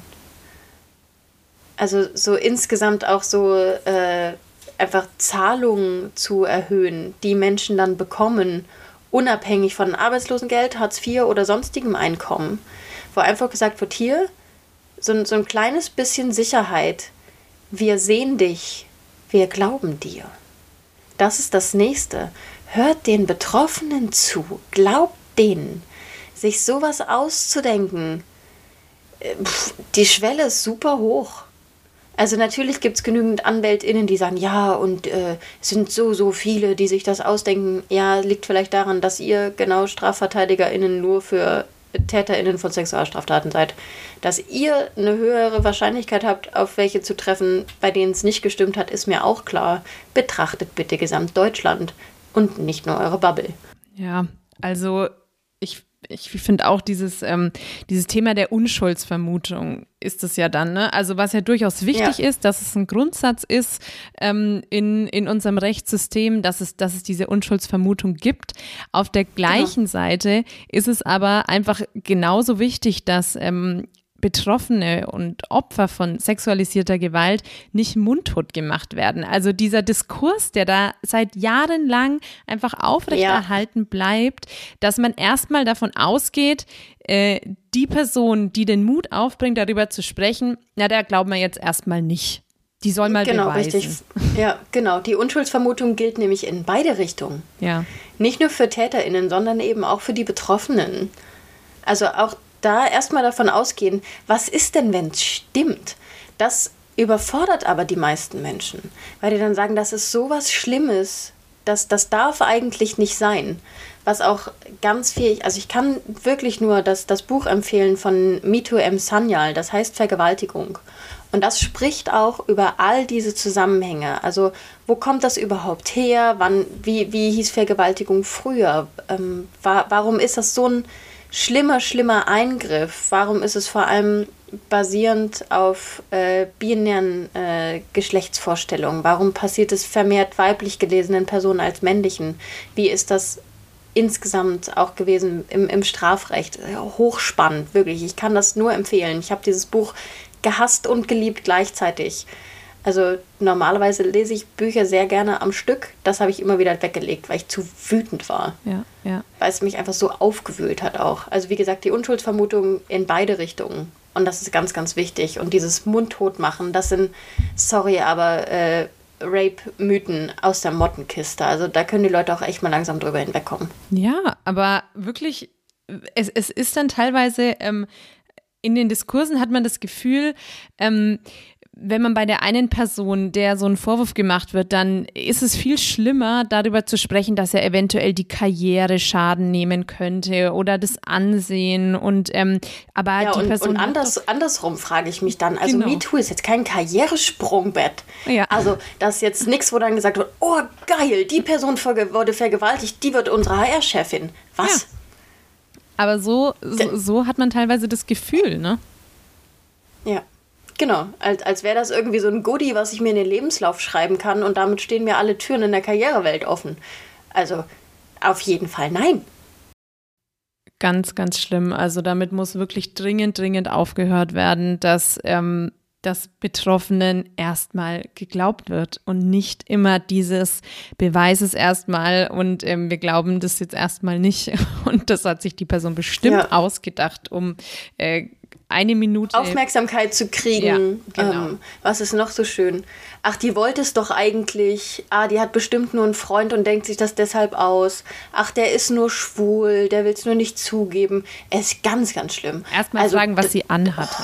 S2: Also so insgesamt auch so äh, einfach Zahlungen zu erhöhen, die Menschen dann bekommen, unabhängig von Arbeitslosengeld, Hartz vier oder sonstigem Einkommen, wo einfach gesagt wird, hier, so, so ein kleines bisschen Sicherheit. Wir sehen dich, wir glauben dir. Das ist das Nächste. Hört den Betroffenen zu, glaubt denen. Sich sowas auszudenken, pff, die Schwelle ist super hoch. Also natürlich gibt es genügend AnwältInnen, die sagen, ja, und äh, es sind so, so viele, die sich das ausdenken. Ja, liegt vielleicht daran, dass ihr genau StrafverteidigerInnen nur für TäterInnen von Sexualstraftaten seid, dass ihr eine höhere Wahrscheinlichkeit habt, auf welche zu treffen, bei denen es nicht gestimmt hat, ist mir auch klar. Betrachtet bitte Gesamtdeutschland und nicht nur eure Bubble.
S1: Ja, also ich, ich finde auch dieses, ähm, dieses Thema der Unschuldsvermutung ist es ja dann, ne? Also was ja durchaus wichtig ja. ist, dass es ein Grundsatz ist ähm, in, in unserem Rechtssystem, dass es, dass es diese Unschuldsvermutung gibt. Auf der gleichen genau. Seite ist es aber einfach genauso wichtig, dass ähm, Betroffene und Opfer von sexualisierter Gewalt nicht mundtot gemacht werden. Also dieser Diskurs, der da seit Jahren lang einfach aufrechterhalten ja. bleibt, dass man erstmal davon ausgeht, äh, die Person, die den Mut aufbringt, darüber zu sprechen, na, da glauben wir jetzt erstmal nicht. Die soll mal
S2: genau,
S1: beweisen.
S2: Richtig. Ja, genau. Die Unschuldsvermutung gilt nämlich in beide Richtungen.
S1: Ja.
S2: Nicht nur für TäterInnen, sondern eben auch für die Betroffenen. Also auch da erstmal davon ausgehen, was ist denn, wenn es stimmt? Das überfordert aber die meisten Menschen, weil die dann sagen, das ist sowas Schlimmes, das, das darf eigentlich nicht sein. was auch ganz viel, also ich kann wirklich nur das, das Buch empfehlen von Mito M. Sanyal, das heißt Vergewaltigung. Und das spricht auch über all diese Zusammenhänge. Also wo kommt das überhaupt her? Wann, wie, wie hieß Vergewaltigung früher? Ähm, war, warum ist das so ein schlimmer, schlimmer Eingriff? Warum ist es vor allem basierend auf äh, binären äh, Geschlechtsvorstellungen? Warum passiert es vermehrt weiblich gelesenen Personen als männlichen? Wie ist das insgesamt auch gewesen im, im Strafrecht? Hochspannend, wirklich. Ich kann das nur empfehlen. Ich habe dieses Buch gehasst und geliebt gleichzeitig. Also normalerweise lese ich Bücher sehr gerne am Stück. Das habe ich immer wieder weggelegt, weil ich zu wütend war.
S1: Ja, ja.
S2: Weil es mich einfach so aufgewühlt hat auch. Also wie gesagt, die Unschuldsvermutung in beide Richtungen. Und das ist ganz, ganz wichtig. Und dieses Mundtotmachen, das sind, sorry, aber äh, Rape-Mythen aus der Mottenkiste. Also da können die Leute auch echt mal langsam drüber hinwegkommen.
S1: Ja, aber wirklich, es, es ist dann teilweise, ähm, in den Diskursen hat man das Gefühl, ähm, wenn man bei der einen Person, der so ein Vorwurf gemacht wird, dann ist es viel schlimmer, darüber zu sprechen, dass er eventuell die Karriere Schaden nehmen könnte oder das Ansehen und ähm, aber
S2: ja,
S1: die
S2: und,
S1: Person
S2: und anders, andersrum frage ich mich dann, also
S1: Genau.
S2: MeToo ist jetzt kein Karrieresprungbett.
S1: Ja.
S2: Also das ist jetzt nichts, wo dann gesagt wird, oh geil, die Person verge- wurde vergewaltigt, die wird unsere H R-Chefin. Was?
S1: Ja. Aber so, so, so hat man teilweise das Gefühl, ne?
S2: Ja. Genau, als, als wäre das irgendwie so ein Goodie, was ich mir in den Lebenslauf schreiben kann und damit stehen mir alle Türen in der Karrierewelt offen. Also auf jeden Fall nein.
S1: Ganz, ganz schlimm. Also damit muss wirklich dringend, dringend aufgehört werden, dass ähm, das Betroffenen erstmal geglaubt wird und nicht immer dieses Beweis es erstmal und ähm, wir glauben das jetzt erstmal nicht. Und das hat sich die Person bestimmt ja. ausgedacht, um äh, eine Minute
S2: Aufmerksamkeit zu kriegen.
S1: Ja, genau.
S2: ähm, was ist noch so schön? Ach, die wollte es doch eigentlich. Ah, die hat bestimmt nur einen Freund und denkt sich das deshalb aus. Ach, der ist nur schwul, der will es nur nicht zugeben. Es ist ganz, ganz schlimm.
S1: Erstmal
S2: also,
S1: sagen, was sie anhatte.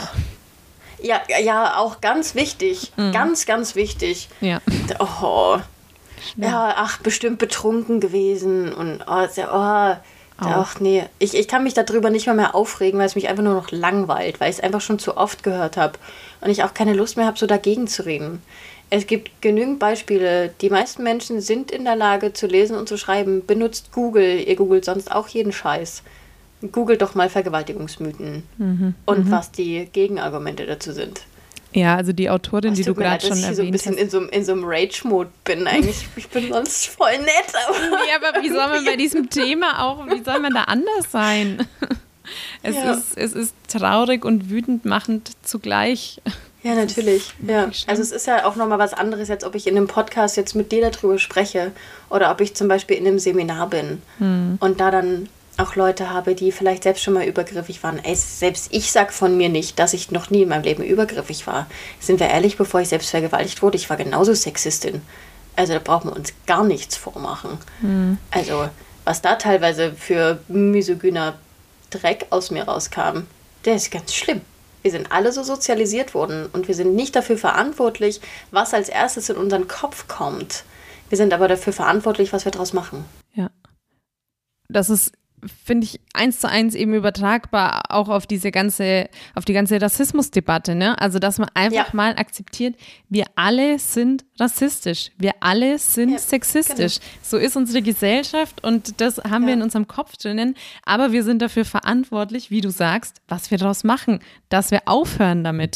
S2: Ja, ja, auch ganz wichtig. Mhm. Ganz, ganz wichtig.
S1: Ja.
S2: Oh. Ja, ach, bestimmt betrunken gewesen. Und oh, oh Ach nee, ich, ich kann mich darüber nicht mal mehr aufregen, weil es mich einfach nur noch langweilt, weil ich es einfach schon zu oft gehört habe und ich auch keine Lust mehr habe, so dagegen zu reden. Es gibt genügend Beispiele. Die meisten Menschen sind in der Lage zu lesen und zu schreiben. Benutzt Google. Ihr googelt sonst auch jeden Scheiß. Googelt doch mal Vergewaltigungsmythen mhm. und mhm. was die Gegenargumente dazu sind.
S1: Ja, also die Autorin,
S2: das
S1: die du gerade schon erwähnt hast.
S2: Ich so ein bisschen in so, in so einem Rage-Mode bin eigentlich. Ich bin sonst voll nett. Aber
S1: nee, aber wie soll man bei diesem Thema auch, wie soll man da anders sein? Es, ja. ist, es ist traurig und wütend machend zugleich.
S2: Ja, natürlich. Ja. Also es ist ja auch nochmal was anderes, jetzt ob ich in einem Podcast jetzt mit dir darüber spreche oder ob ich zum Beispiel in einem Seminar bin hm. und da dann auch Leute habe, die vielleicht selbst schon mal übergriffig waren. Ey, selbst ich sag von mir nicht, dass ich noch nie in meinem Leben übergriffig war. Sind wir ehrlich, bevor ich selbst vergewaltigt wurde, ich war genauso Sexistin. Also da brauchen wir uns gar nichts vormachen. Mhm. Also was da teilweise für misogyner Dreck aus mir rauskam, der ist ganz schlimm. Wir sind alle so sozialisiert worden und wir sind nicht dafür verantwortlich, was als erstes in unseren Kopf kommt. Wir sind aber dafür verantwortlich, was wir draus machen.
S1: Ja. Das ist, finde ich, eins zu eins eben übertragbar auch auf diese ganze, auf die ganze Rassismusdebatte, ne? Also, dass man einfach ja. mal akzeptiert, wir alle sind rassistisch, wir alle sind ja, sexistisch. Genau. So ist unsere Gesellschaft und das haben ja. wir in unserem Kopf drinnen, aber wir sind dafür verantwortlich, wie du sagst, was wir daraus machen, dass wir aufhören damit.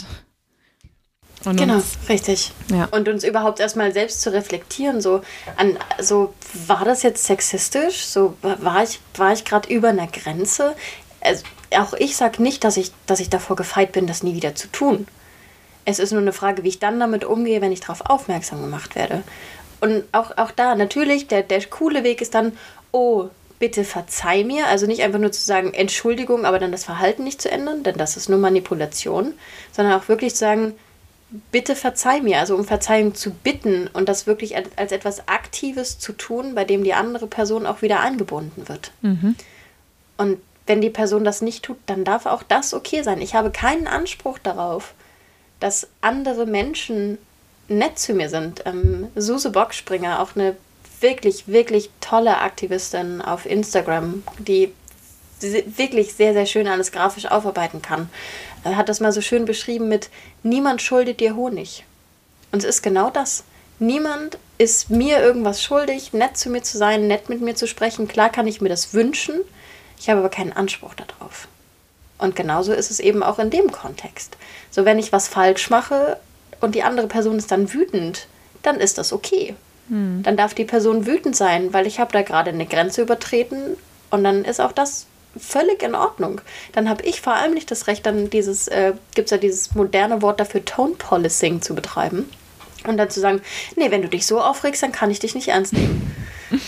S1: Und
S2: genau,
S1: uns,
S2: richtig.
S1: Ja.
S2: Und uns überhaupt erstmal selbst zu reflektieren, so, an, so war das jetzt sexistisch? So, war ich, war ich gerade über einer Grenze? Also, auch ich sage nicht, dass ich, dass ich davor gefeit bin, das nie wieder zu tun. Es ist nur eine Frage, wie ich dann damit umgehe, wenn ich darauf aufmerksam gemacht werde. Und auch, auch da, natürlich, der, der coole Weg ist dann, oh, bitte verzeih mir. Also nicht einfach nur zu sagen, Entschuldigung, aber dann das Verhalten nicht zu ändern, denn das ist nur Manipulation, sondern auch wirklich zu sagen, bitte verzeih mir, also um Verzeihung zu bitten und das wirklich als, als etwas Aktives zu tun, bei dem die andere Person auch wieder eingebunden wird. Mhm. Und wenn die Person das nicht tut, dann darf auch das okay sein. Ich habe keinen Anspruch darauf, dass andere Menschen nett zu mir sind. Ähm, Suse Bockspringer, auch eine wirklich, wirklich tolle Aktivistin auf Instagram, die wirklich sehr, sehr schön alles grafisch aufarbeiten kann. Er hat das mal so schön beschrieben mit: Niemand schuldet dir Honig. Und es ist genau das. Niemand ist mir irgendwas schuldig, nett zu mir zu sein, nett mit mir zu sprechen. Klar kann ich mir das wünschen, ich habe aber keinen Anspruch darauf. Und genauso ist es eben auch in dem Kontext. So, wenn ich was falsch mache und die andere Person ist dann wütend, dann ist das okay. Hm. Dann darf die Person wütend sein, weil ich habe da gerade eine Grenze übertreten und dann ist auch das völlig in Ordnung. Dann habe ich vor allem nicht das Recht, dann dieses, äh, gibt es ja dieses moderne Wort dafür, Tone Policing zu betreiben. Und dann zu sagen, nee, wenn du dich so aufregst, dann kann ich dich nicht ernst nehmen.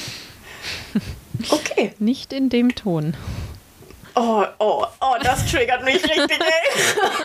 S2: Okay.
S1: Nicht in dem Ton.
S2: Oh, oh, oh, das triggert mich richtig, ey.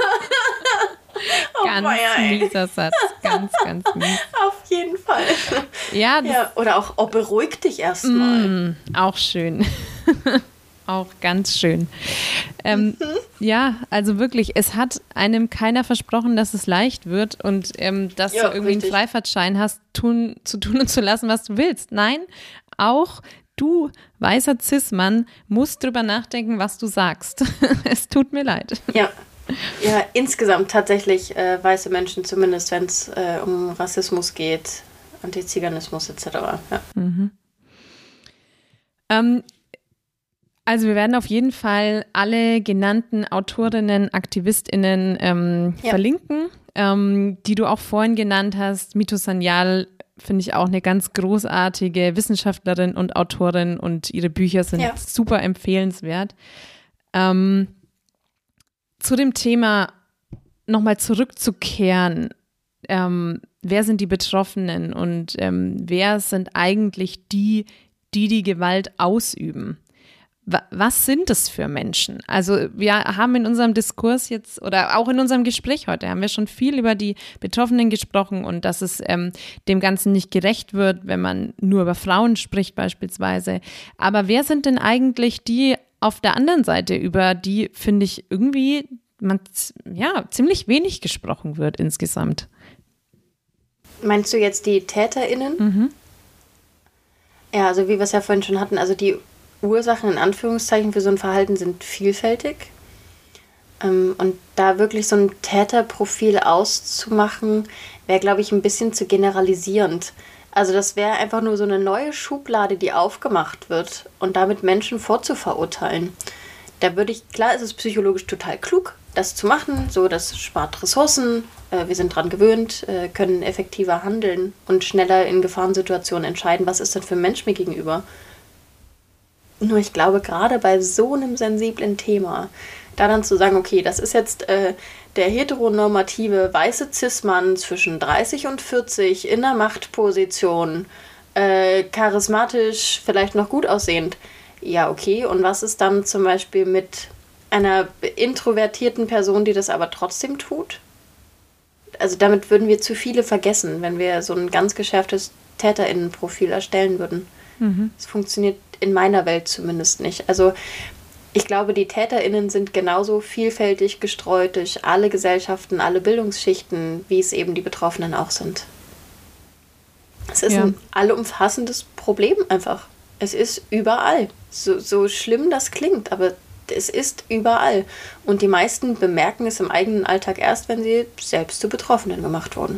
S1: Oh, ganz Meier, mieser Satz. Ganz, ganz mies.
S2: Auf jeden Fall.
S1: Ja, das
S2: ja, oder auch, oh, beruhig dich erstmal.
S1: Mm, auch schön. Auch ganz schön. Ähm, mhm. Ja, also wirklich, es hat einem keiner versprochen, dass es leicht wird und ähm, dass ja, du irgendwie richtig. einen Freifahrtschein hast, tun, zu tun und zu lassen, was du willst. Nein, auch du, weißer Cis-Mann, musst drüber nachdenken, was du sagst. Es tut mir leid.
S2: Ja, ja insgesamt tatsächlich äh, weiße Menschen, zumindest wenn es äh, um Rassismus geht, Antiziganismus et cetera. Ja.
S1: Mhm. Ähm, Also wir werden auf jeden Fall alle genannten Autorinnen, AktivistInnen ähm, ja. verlinken, ähm, die du auch vorhin genannt hast. Mito Sanyal finde ich auch eine ganz großartige Wissenschaftlerin und Autorin und ihre Bücher sind ja. super empfehlenswert. Ähm, zu dem Thema nochmal zurückzukehren, ähm, wer sind die Betroffenen und ähm, wer sind eigentlich die, die die Gewalt ausüben? Was sind das für Menschen? Also wir haben in unserem Diskurs jetzt oder auch in unserem Gespräch heute haben wir schon viel über die Betroffenen gesprochen und dass es ähm, dem Ganzen nicht gerecht wird, wenn man nur über Frauen spricht beispielsweise. Aber wer sind denn eigentlich die auf der anderen Seite, über die, finde ich, irgendwie man, ja, ziemlich wenig gesprochen wird insgesamt?
S2: Meinst du jetzt die TäterInnen?
S1: Mhm.
S2: Ja, also wie wir es ja vorhin schon hatten, also die Ursachen in Anführungszeichen für so ein Verhalten sind vielfältig. Ähm, und da wirklich so ein Täterprofil auszumachen, wäre, glaube ich, ein bisschen zu generalisierend. Also das wäre einfach nur so eine neue Schublade, die aufgemacht wird und damit Menschen vorzuverurteilen. Da würde ich, klar ist es psychologisch total klug, das zu machen, so das spart Ressourcen, äh, wir sind dran gewöhnt, äh, können effektiver handeln und schneller in Gefahrensituationen entscheiden, was ist denn für ein Mensch mir gegenüber. Nur ich glaube, gerade bei so einem sensiblen Thema, da dann zu sagen, okay, das ist jetzt äh, der heteronormative weiße Cis-Mann zwischen dreißig und vierzig in der Machtposition, äh, charismatisch, vielleicht noch gut aussehend. Ja, okay, und was ist dann zum Beispiel mit einer introvertierten Person, die das aber trotzdem tut? Also damit würden wir zu viele vergessen, wenn wir so ein ganz geschärftes TäterInnenprofil erstellen würden. Mhm. Das funktioniert in meiner Welt zumindest nicht. Also ich glaube, die TäterInnen sind genauso vielfältig gestreut durch alle Gesellschaften, alle Bildungsschichten, wie es eben die Betroffenen auch sind. Es ist ja. ein allumfassendes Problem einfach. Es ist überall. So, so schlimm das klingt, aber es ist überall. Und die meisten bemerken es im eigenen Alltag erst, wenn sie selbst zu Betroffenen gemacht wurden.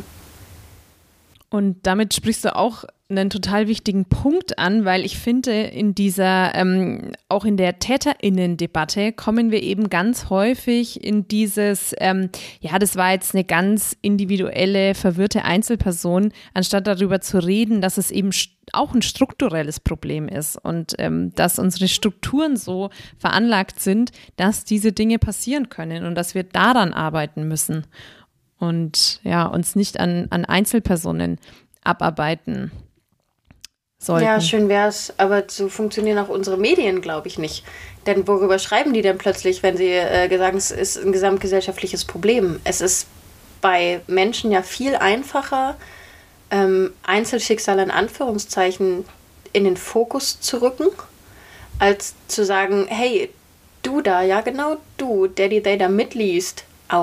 S1: Und damit sprichst du auch einen total wichtigen Punkt an, weil ich finde, in dieser, ähm, auch in der TäterInnen-Debatte kommen wir eben ganz häufig in dieses, ähm, ja, das war jetzt eine ganz individuelle, verwirrte Einzelperson, anstatt darüber zu reden, dass es eben auch ein strukturelles Problem ist und ähm, dass unsere Strukturen so veranlagt sind, dass diese Dinge passieren können und dass wir daran arbeiten müssen. Und ja, uns nicht an, an Einzelpersonen abarbeiten sollten.
S2: Ja, schön wär's, aber so funktionieren auch unsere Medien, glaube ich, nicht. Denn worüber schreiben die denn plötzlich, wenn sie äh, sagen, es ist ein gesamtgesellschaftliches Problem? Es ist bei Menschen ja viel einfacher, ähm, Einzelschicksale in Anführungszeichen in den Fokus zu rücken, als zu sagen, hey, du da, ja genau du, der die da mitliest, auch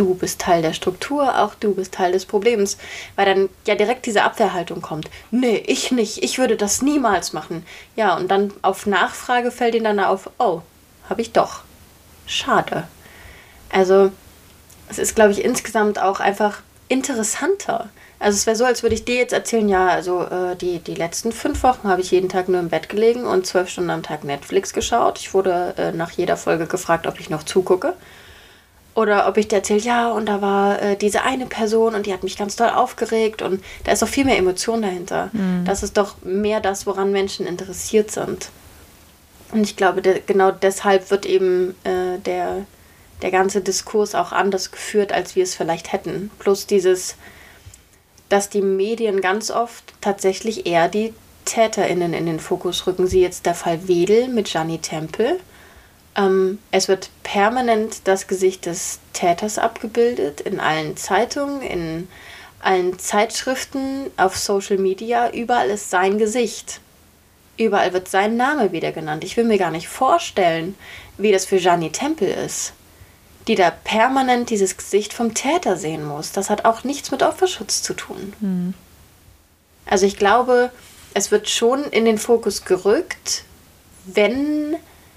S2: du bist Teil der Struktur, auch du bist Teil des Problems. Weil dann ja direkt diese Abwehrhaltung kommt. Nee, ich nicht, ich würde das niemals machen. Ja, und dann auf Nachfrage fällt ihnen dann auf, oh, habe ich doch. Schade. Also es ist, glaube ich, insgesamt auch einfach interessanter. Also es wäre so, als würde ich dir jetzt erzählen, ja, also äh, die, die letzten fünf Wochen habe ich jeden Tag nur im Bett gelegen und zwölf Stunden am Tag Netflix geschaut. Ich wurde äh, nach jeder Folge gefragt, ob ich noch zugucke. Oder ob ich dir erzähle, ja, und da war äh, diese eine Person und die hat mich ganz doll aufgeregt und da ist doch viel mehr Emotion dahinter. Mhm. Das ist doch mehr das, woran Menschen interessiert sind. Und ich glaube, de- genau deshalb wird eben äh, der, der ganze Diskurs auch anders geführt, als wir es vielleicht hätten. Plus dieses, dass die Medien ganz oft tatsächlich eher die TäterInnen in den Fokus rücken. Sie jetzt der Fall Wedel mit Gianni Tempel. Ähm, es wird permanent das Gesicht des Täters abgebildet, in allen Zeitungen, in allen Zeitschriften, auf Social Media. Überall ist sein Gesicht. Überall wird sein Name wieder genannt. Ich will mir gar nicht vorstellen, wie das für Gianni Tempel ist, die da permanent dieses Gesicht vom Täter sehen muss. Das hat auch nichts mit Opferschutz zu tun. Mhm. Also ich glaube, es wird schon in den Fokus gerückt, wenn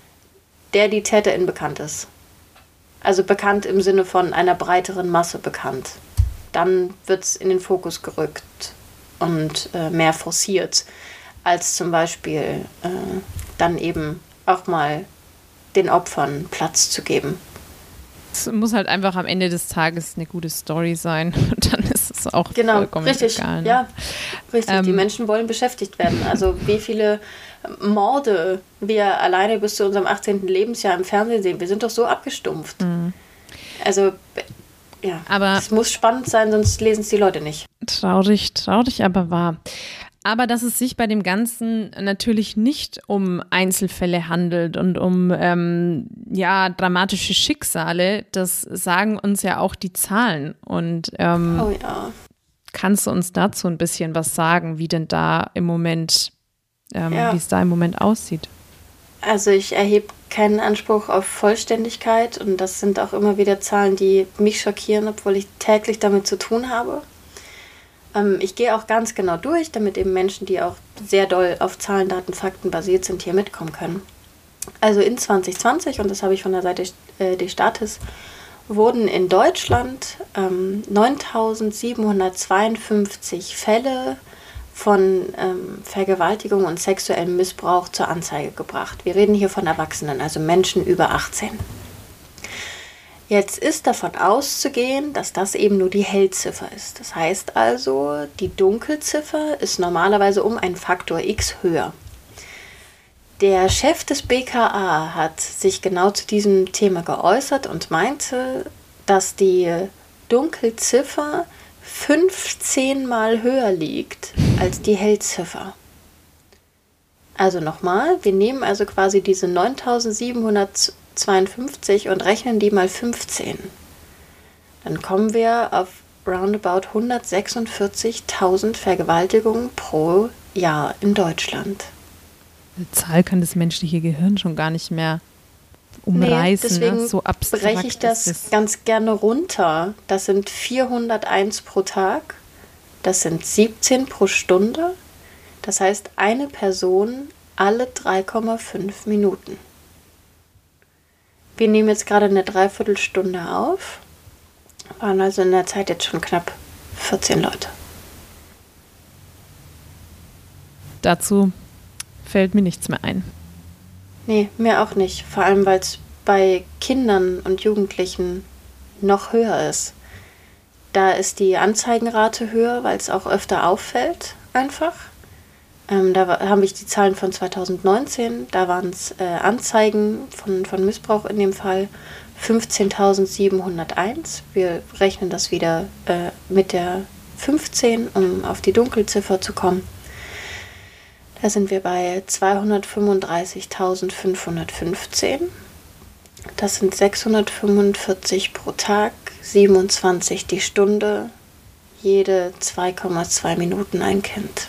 S2: der die Täterin bekannt ist. Also bekannt im Sinne von einer breiteren Masse bekannt. Dann wird es in den Fokus gerückt und äh, mehr forciert, als zum Beispiel äh, dann eben auch mal den Opfern Platz zu geben.
S1: Es muss halt einfach am Ende des Tages eine gute Story sein. Und dann ist es auch
S2: genau,
S1: vollkommen
S2: richtig,
S1: egal. Ne?
S2: Ja, richtig.
S1: Ähm,
S2: Die Menschen wollen beschäftigt werden. Also wie viele Morde wir alleine bis zu unserem achtzehnten Lebensjahr im Fernsehen sehen. Wir sind doch so abgestumpft. Mhm. Also ja,
S1: aber
S2: es muss spannend sein, sonst lesen es die Leute nicht.
S1: Traurig, traurig, aber wahr. Aber dass es sich bei dem Ganzen natürlich nicht um Einzelfälle handelt und um ähm, ja, dramatische Schicksale, das sagen uns ja auch die Zahlen. Und ähm,
S2: oh ja.
S1: Kannst du uns dazu ein bisschen was sagen, wie denn da im Moment, ähm,
S2: ja.
S1: wie es da im Moment aussieht?
S2: Also ich erhebe keinen Anspruch auf Vollständigkeit und das sind auch immer wieder Zahlen, die mich schockieren, obwohl ich täglich damit zu tun habe. Ich gehe auch ganz genau durch, damit eben Menschen, die auch sehr doll auf Zahlen, Daten, Fakten basiert sind, hier mitkommen können. Also in zwanzig zwanzig, und das habe ich von der Seite äh, des Staates, wurden in Deutschland ähm, neuntausendsiebenhundertzweiundfünfzig Fälle von ähm, Vergewaltigung und sexuellem Missbrauch zur Anzeige gebracht. Wir reden hier von Erwachsenen, also Menschen über achtzehn. Jetzt ist davon auszugehen, dass das eben nur die Hellziffer ist. Das heißt also, die Dunkelziffer ist normalerweise um einen Faktor X höher. Der Chef des B K A hat sich genau zu diesem Thema geäußert und meinte, dass die Dunkelziffer fünfzehn Mal höher liegt als die Hellziffer. Also nochmal, wir nehmen also quasi diese neuntausendsiebenhundertzweiundfünfzig und rechnen die mal fünfzehn. Dann kommen wir auf roundabout hundertsechsundvierzigtausend Vergewaltigungen pro Jahr in Deutschland.
S1: Die Zahl kann das menschliche Gehirn schon gar nicht mehr umreißen.
S2: Nee, deswegen
S1: ne? So abstrakt
S2: breche ich das,
S1: das
S2: ganz gerne runter. Das sind vierhunderteins pro Tag. Das sind siebzehn pro Stunde. Das heißt, eine Person alle drei Komma fünf Minuten. Wir nehmen jetzt gerade eine Dreiviertelstunde auf. Waren also in der Zeit jetzt schon knapp vierzehn Leute.
S1: Dazu fällt mir nichts mehr ein.
S2: Nee, mir auch nicht. Vor allem, weil es bei Kindern und Jugendlichen noch höher ist. Da ist die Anzeigenrate höher, weil es auch öfter auffällt, einfach. Ähm, da habe ich die Zahlen von zweitausendneunzehn. Da waren es äh, Anzeigen von, von Missbrauch in dem Fall fünfzehntausendsiebenhunderteins. Wir rechnen das wieder äh, mit der fünfzehn, um auf die Dunkelziffer zu kommen. Da sind wir bei zweihundertfünfunddreißigtausendfünfhundertfünfzehn. Das sind sechshundertfünfundvierzig pro Tag, siebenundzwanzig die Stunde, jede zwei Komma zwei Minuten ein Kind.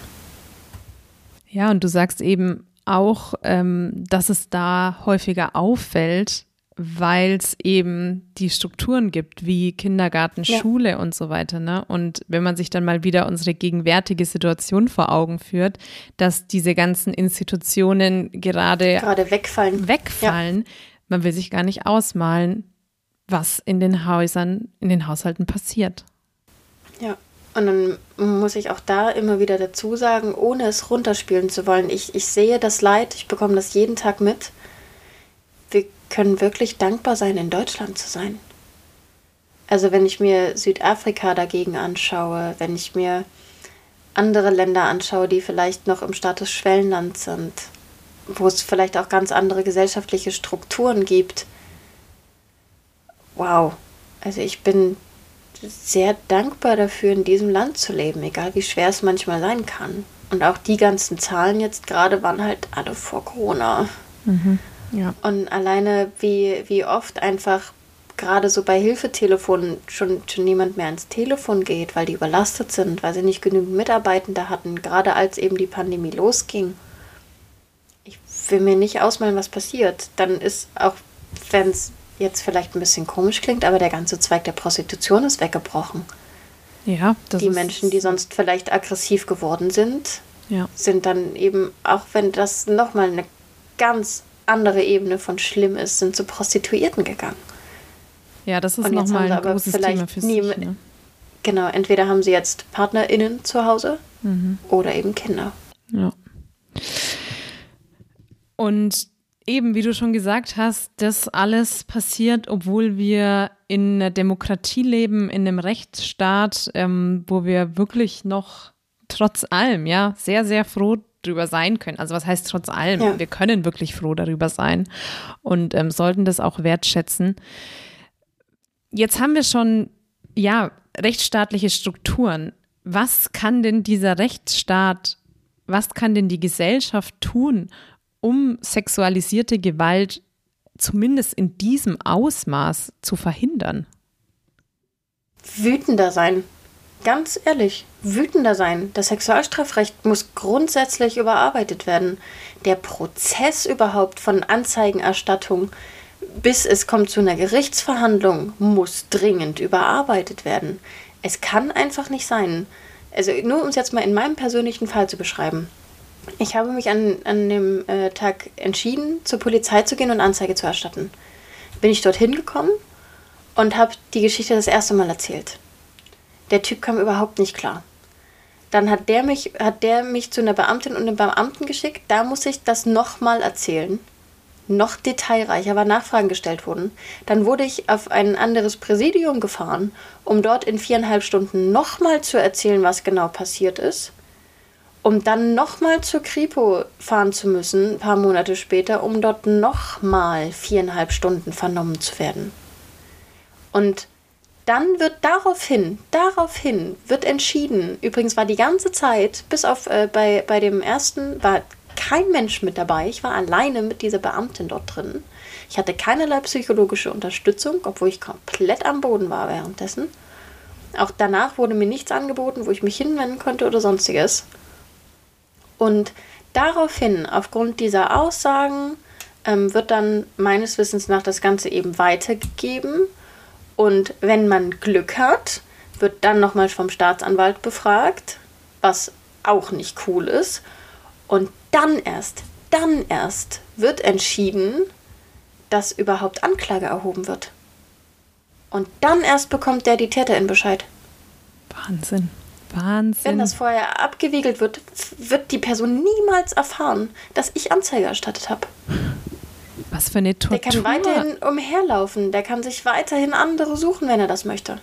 S1: Ja, und du sagst eben auch, ähm, dass es da häufiger auffällt. weil es eben die Strukturen gibt, wie Kindergarten,
S2: Ja.
S1: Schule und so weiter. Ne? Und wenn man sich dann mal wieder unsere gegenwärtige Situation vor Augen führt, dass diese ganzen Institutionen gerade,
S2: Gerade wegfallen.
S1: wegfallen, man will sich gar nicht ausmalen, was in den Häusern, in den Haushalten passiert.
S2: Ja. Und dann muss ich auch da immer wieder dazu sagen, ohne es runterspielen zu wollen, ich, ich sehe das Leid, ich bekomme das jeden Tag mit. Wir können wirklich dankbar sein, in Deutschland zu sein. Also wenn ich mir Südafrika dagegen anschaue, wenn ich mir andere Länder anschaue, die vielleicht noch im Status Schwellenland sind, wo es vielleicht auch ganz andere gesellschaftliche Strukturen gibt. Wow, also ich bin sehr dankbar dafür, in diesem Land zu leben, egal wie schwer es manchmal sein kann. Und auch die ganzen Zahlen jetzt gerade waren halt alle vor Corona.
S1: Mhm. Ja.
S2: Und alleine wie, wie oft einfach gerade so bei Hilfetelefonen schon, schon niemand mehr ans Telefon geht, weil die überlastet sind, weil sie nicht genügend Mitarbeitende hatten, gerade als eben die Pandemie losging. Ich will mir nicht ausmalen, was passiert. Dann ist auch, wenn es jetzt vielleicht ein bisschen komisch klingt, aber der ganze Zweig der Prostitution ist weggebrochen.
S1: Ja, das
S2: die
S1: ist,
S2: Menschen, die sonst vielleicht aggressiv geworden sind,
S1: ja.
S2: sind dann eben, auch wenn das nochmal eine ganz andere Ebene von schlimm ist, sind zu Prostituierten gegangen.
S1: Ja, das ist
S2: Und jetzt
S1: nochmal
S2: haben
S1: ein
S2: sie aber
S1: großes
S2: vielleicht
S1: Thema für
S2: nie
S1: sich.
S2: mit-
S1: Ne?
S2: Genau, entweder haben sie jetzt PartnerInnen zu Hause
S1: Mhm.
S2: oder eben Kinder.
S1: Ja. Und eben, wie du schon gesagt hast, das alles passiert, obwohl wir in einer Demokratie leben, in einem Rechtsstaat, ähm, wo wir wirklich noch trotz allem, ja, sehr, sehr froh drüber sein können. Also was heißt trotz allem?
S2: Ja.
S1: Wir können wirklich froh darüber sein und ähm, sollten das auch wertschätzen. Jetzt haben wir schon, ja, rechtsstaatliche Strukturen. Was kann denn dieser Rechtsstaat, was kann denn die Gesellschaft tun, um sexualisierte Gewalt zumindest in diesem Ausmaß zu verhindern?
S2: Wütender sein. Ganz ehrlich, wütender sein. Das Sexualstrafrecht muss grundsätzlich überarbeitet werden. Der Prozess überhaupt von Anzeigenerstattung bis es kommt zu einer Gerichtsverhandlung, muss dringend überarbeitet werden. Es kann einfach nicht sein. Also nur um es jetzt mal in meinem persönlichen Fall zu beschreiben. Ich habe mich an, an dem äh, Tag entschieden, zur Polizei zu gehen und Anzeige zu erstatten. Bin ich dorthin gekommen und habe die Geschichte das erste Mal erzählt. Der Typ kam überhaupt nicht klar. Dann hat der mich, hat der mich zu einer Beamtin und einem Beamten geschickt. Da muss ich das nochmal erzählen. Noch detailreicher, weil Nachfragen gestellt wurden. Dann wurde ich auf ein anderes Präsidium gefahren, um dort in viereinhalb Stunden nochmal zu erzählen, was genau passiert ist. Um dann nochmal zur Kripo fahren zu müssen, ein paar Monate später, um dort nochmal viereinhalb Stunden vernommen zu werden. Und dann wird daraufhin, daraufhin wird entschieden, übrigens war die ganze Zeit, bis auf äh, bei, bei dem ersten, war kein Mensch mit dabei, ich war alleine mit dieser Beamtin dort drin. Ich hatte keinerlei psychologische Unterstützung, obwohl ich komplett am Boden war währenddessen. Auch danach wurde mir nichts angeboten, wo ich mich hinwenden konnte oder sonstiges. Und daraufhin, aufgrund dieser Aussagen, ähm, wird dann meines Wissens nach das Ganze eben weitergegeben. Und wenn man Glück hat, wird dann nochmal vom Staatsanwalt befragt, was auch nicht cool ist. Und dann erst, dann erst wird entschieden, dass überhaupt Anklage erhoben wird. Und dann erst bekommt der die Täterin Bescheid.
S1: Wahnsinn. Wahnsinn.
S2: Wenn das vorher abgewiegelt wird, wird die Person niemals erfahren, dass ich Anzeige erstattet habe.
S1: Was für eine Tortur.
S2: Der kann weiterhin umherlaufen, der kann sich weiterhin andere suchen, wenn er das möchte.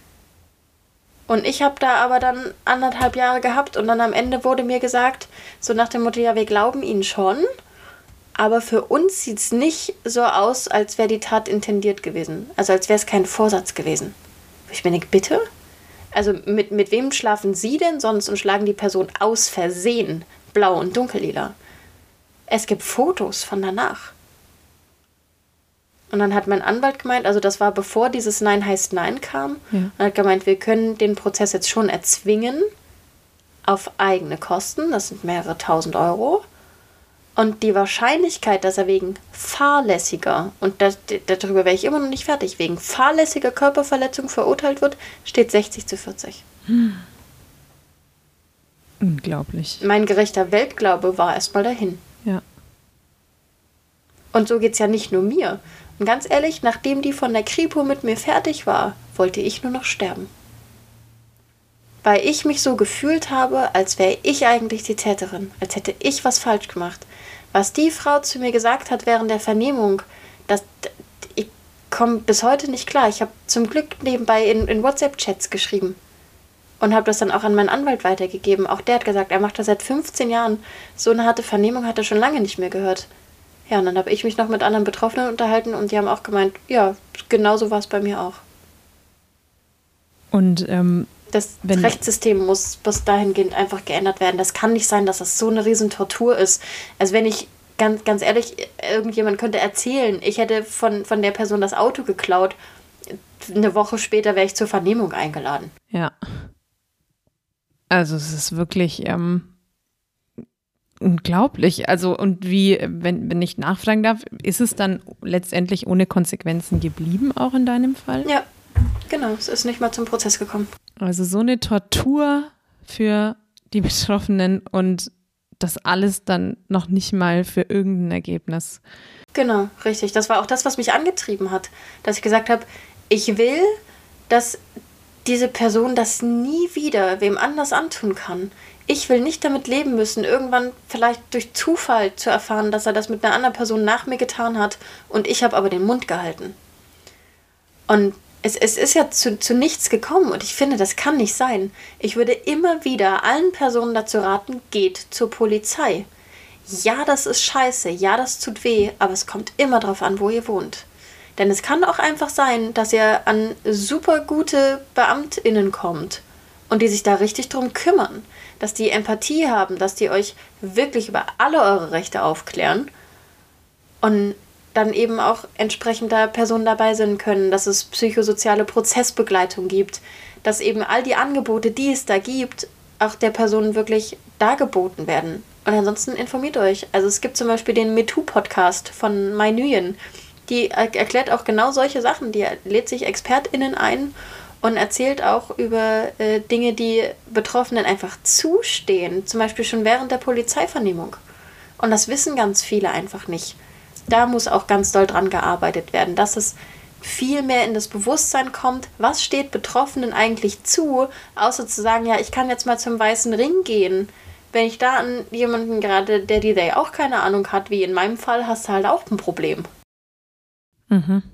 S2: Und ich habe da aber dann anderthalb Jahre gehabt und dann am Ende wurde mir gesagt, so nach dem Motto, ja, wir glauben Ihnen schon, aber für uns sieht es nicht so aus, als wäre die Tat intendiert gewesen. Also als wäre es kein Vorsatz gewesen. Ich meine, bitte? Also mit, mit wem schlafen Sie denn sonst und schlagen die Person aus Versehen blau und dunkellila? Es gibt Fotos von danach. Und dann hat mein Anwalt gemeint, also das war bevor dieses Nein heißt Nein kam,
S1: Ja.
S2: und hat gemeint, wir können den Prozess jetzt schon erzwingen auf eigene Kosten, das sind mehrere tausend Euro. Und die Wahrscheinlichkeit, dass er wegen fahrlässiger, und das, darüber wäre ich immer noch nicht fertig, wegen fahrlässiger Körperverletzung verurteilt wird, steht sechzig zu vierzig.
S1: Hm. Unglaublich.
S2: Mein gerechter Weltglaube war erstmal dahin.
S1: Ja.
S2: Und so geht es ja nicht nur mir. Und ganz ehrlich, nachdem die von der Kripo mit mir fertig war, wollte ich nur noch sterben. Weil ich mich so gefühlt habe, als wäre ich eigentlich die Täterin, als hätte ich was falsch gemacht. Was die Frau zu mir gesagt hat während der Vernehmung, das, ich komme bis heute nicht klar. Ich habe zum Glück nebenbei in, in WhatsApp-Chats geschrieben und habe das dann auch an meinen Anwalt weitergegeben. Auch der hat gesagt, er macht das seit fünfzehn Jahren. So eine harte Vernehmung hat er schon lange nicht mehr gehört. Ja, und dann habe ich mich noch mit anderen Betroffenen unterhalten und die haben auch gemeint, ja, genau so war es bei mir auch.
S1: Und ähm
S2: Das Rechtssystem muss bis dahingehend einfach geändert werden. Das kann nicht sein, dass das so eine riesen Tortur ist. Also wenn ich, ganz, ganz ehrlich, irgendjemand könnte erzählen, ich hätte von, von der Person das Auto geklaut, eine Woche später wäre ich zur Vernehmung eingeladen.
S1: Ja. Also es ist wirklich ähm, unglaublich. Also und wie, wenn, wenn ich nachfragen darf, ist es dann letztendlich ohne Konsequenzen geblieben, auch in deinem Fall?
S2: Ja, genau. Es ist nicht mal zum Prozess gekommen.
S1: Also so eine Tortur für die Betroffenen und das alles dann noch nicht mal für irgendein Ergebnis.
S2: Genau, richtig. Das war auch das, was mich angetrieben hat, dass ich gesagt habe, ich will, dass diese Person das nie wieder wem anders antun kann. Ich will nicht damit leben müssen, irgendwann vielleicht durch Zufall zu erfahren, dass er das mit einer anderen Person nach mir getan hat und ich habe aber den Mund gehalten. Und Es, es ist ja zu, zu nichts gekommen und ich finde, das kann nicht sein. Ich würde immer wieder allen Personen dazu raten, geht zur Polizei. Ja, das ist scheiße, ja, das tut weh, aber es kommt immer drauf an, wo ihr wohnt. Denn es kann auch einfach sein, dass ihr an super gute BeamtInnen kommt und die sich da richtig drum kümmern. Dass die Empathie haben, dass die euch wirklich über alle eure Rechte aufklären und dann eben auch entsprechender Personen dabei sein können, dass es psychosoziale Prozessbegleitung gibt, dass eben all die Angebote, die es da gibt, auch der Person wirklich dargeboten werden. Und ansonsten informiert euch. Also es gibt zum Beispiel den MeToo-Podcast von Mai Nguyen, die er- erklärt auch genau solche Sachen. Die lädt sich ExpertInnen ein und erzählt auch über äh, Dinge, die Betroffenen einfach zustehen, zum Beispiel schon während der Polizeivernehmung. Und das wissen ganz viele einfach nicht. Da muss auch ganz doll dran gearbeitet werden, dass es viel mehr in das Bewusstsein kommt, was steht Betroffenen eigentlich zu, außer zu sagen, ja, ich kann jetzt mal zum Weißen Ring gehen. Wenn ich da an jemanden gerade, der die Day auch keine Ahnung hat, wie in meinem Fall, hast du halt auch ein Problem.
S1: Mhm.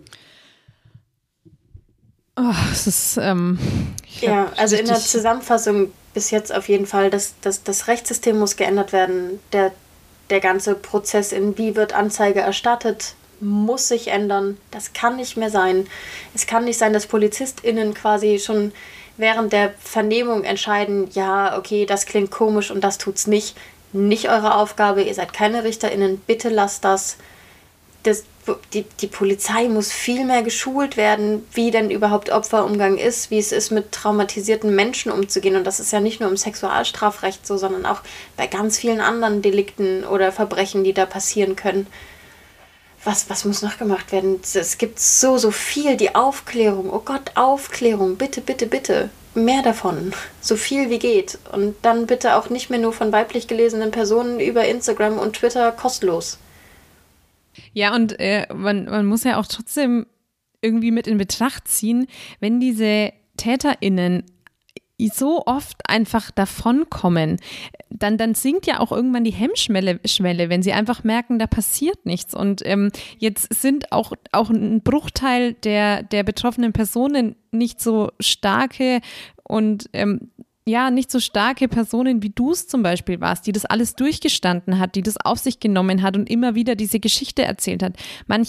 S1: Oh, es ist, ähm,
S2: ja, also in der Zusammenfassung bis jetzt auf jeden Fall, dass das, das Rechtssystem muss geändert werden, der Der ganze Prozess in wie wird Anzeige erstattet, muss sich ändern. Das kann nicht mehr sein. Es kann nicht sein, dass PolizistInnen quasi schon während der Vernehmung entscheiden, ja, okay, das klingt komisch und das tut's nicht. Nicht eure Aufgabe, ihr seid keine RichterInnen, bitte lasst das. das die, die Polizei muss viel mehr geschult werden, wie denn überhaupt Opferumgang ist, wie es ist, mit traumatisierten Menschen umzugehen. Und das ist ja nicht nur im Sexualstrafrecht so, sondern auch bei ganz vielen anderen Delikten oder Verbrechen, die da passieren können. Was, was muss noch gemacht werden? Es gibt so, so viel. Die Aufklärung. Oh Gott, Aufklärung. Bitte, bitte, bitte. Mehr davon. So viel wie geht. Und dann bitte auch nicht mehr nur von weiblich gelesenen Personen über Instagram und Twitter kostenlos.
S1: Ja, und äh, man, man muss ja auch trotzdem irgendwie mit in Betracht ziehen, wenn diese TäterInnen so oft einfach davonkommen, dann, dann sinkt ja auch irgendwann die Hemmschwelle, Schwelle, wenn sie einfach merken, da passiert nichts. Und ähm, jetzt sind auch, auch ein Bruchteil der, der betroffenen Personen nicht so starke und ähm, ja, nicht so starke Personen, wie du es zum Beispiel warst, die das alles durchgestanden hat, die das auf sich genommen hat und immer wieder diese Geschichte erzählt hat. Manche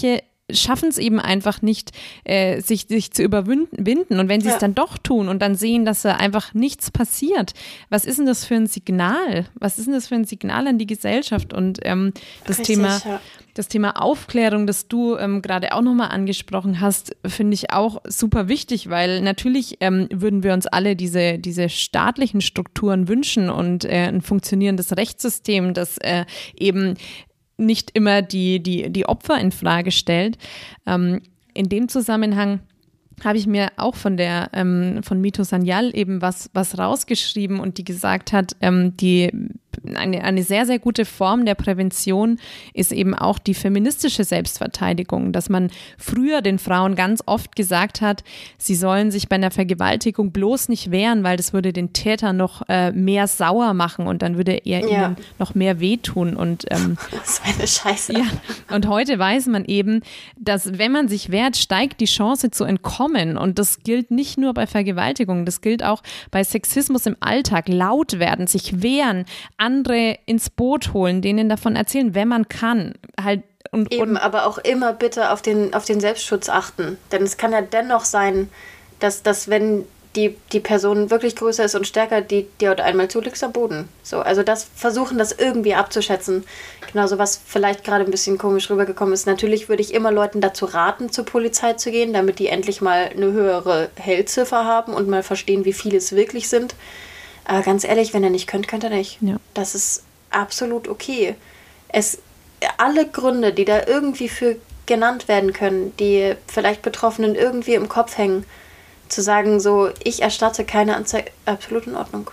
S1: schaffen es eben einfach nicht, äh, sich, sich zu überwinden. Und wenn sie es ja. dann doch tun und dann sehen, dass da einfach nichts passiert, was ist denn das für ein Signal? Was ist denn das für ein Signal an die Gesellschaft? Und ähm, das
S2: Richtig,
S1: Thema,
S2: ja.
S1: das Thema Aufklärung, das du ähm, gerade auch nochmal angesprochen hast, finde ich auch super wichtig, weil natürlich ähm, würden wir uns alle diese, diese staatlichen Strukturen wünschen und äh, ein funktionierendes Rechtssystem, das äh, eben nicht immer die, die, die Opfer in Frage stellt. Ähm, in dem Zusammenhang habe ich mir auch von der ähm, von Mito Sanyal eben was, was rausgeschrieben und die gesagt hat, ähm, die eine, eine sehr, sehr gute Form der Prävention ist eben auch die feministische Selbstverteidigung, dass man früher den Frauen ganz oft gesagt hat, sie sollen sich bei einer Vergewaltigung bloß nicht wehren, weil das würde den Täter noch äh, mehr sauer machen und dann würde er ja. ihnen noch mehr wehtun. Und, ähm,
S2: das war eine Scheiße.
S1: Ja, und heute weiß man eben, dass wenn man sich wehrt, steigt die Chance zu entkommen und das gilt nicht nur bei Vergewaltigung, das gilt auch bei Sexismus im Alltag, laut werden, sich wehren, andere ins Boot holen, denen davon erzählen, wenn man kann. Halt und,
S2: Eben,
S1: und
S2: aber auch immer bitte auf den, auf den Selbstschutz achten. Denn es kann ja dennoch sein, dass, dass wenn die, die Person wirklich größer ist und stärker, die, die haut einmal zu, liegst am Boden. So, also das versuchen, das irgendwie abzuschätzen. Genauso, was vielleicht gerade ein bisschen komisch rübergekommen ist. Natürlich würde ich immer Leuten dazu raten, zur Polizei zu gehen, damit die endlich mal eine höhere Hellziffer haben und mal verstehen, wie viele es wirklich sind. Aber ganz ehrlich, wenn ihr nicht könnt, könnt ihr nicht.
S1: Ja.
S2: Das ist absolut okay. Es, alle Gründe, die da irgendwie für genannt werden können, die vielleicht Betroffenen irgendwie im Kopf hängen, zu sagen so, ich erstatte keine Anzeige, absolut in Ordnung.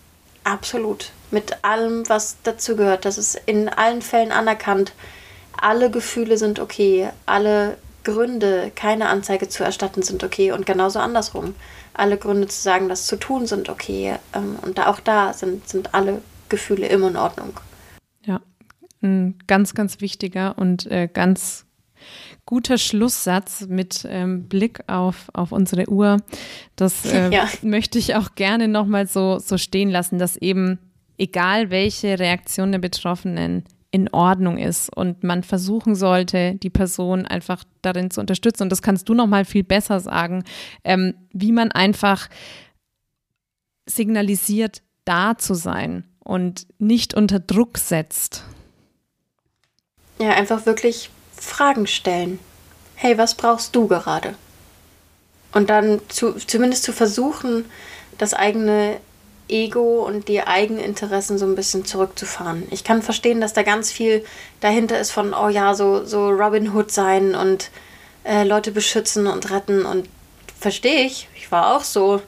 S2: Absolut. Mit allem, was dazugehört. Das ist in allen Fällen anerkannt. Alle Gefühle sind okay. Alle Gründe, keine Anzeige zu erstatten, sind okay. Und genauso andersrum. Alle Gründe zu sagen, das zu tun, sind okay. Und auch da sind, sind alle Gefühle immer in Ordnung.
S1: Ja, ein ganz, ganz wichtiger und äh, ganz guter Schlusssatz mit ähm, Blick auf, auf unsere Uhr. Das äh, ja. möchte ich auch gerne nochmal so, so stehen lassen, dass eben egal welche Reaktion der Betroffenen in Ordnung ist und man versuchen sollte, die Person einfach darin zu unterstützen. Und das kannst du noch mal viel besser sagen, ähm, wie man einfach signalisiert, da zu sein und nicht unter Druck setzt.
S2: Ja, einfach wirklich Fragen stellen. Hey, was brauchst du gerade? Und dann zu, zumindest zu versuchen, das eigene Ego und die Eigeninteressen so ein bisschen zurückzufahren. Ich kann verstehen, dass da ganz viel dahinter ist von, oh ja, so, so Robin Hood sein und äh, Leute beschützen und retten und verstehe ich, ich war auch so,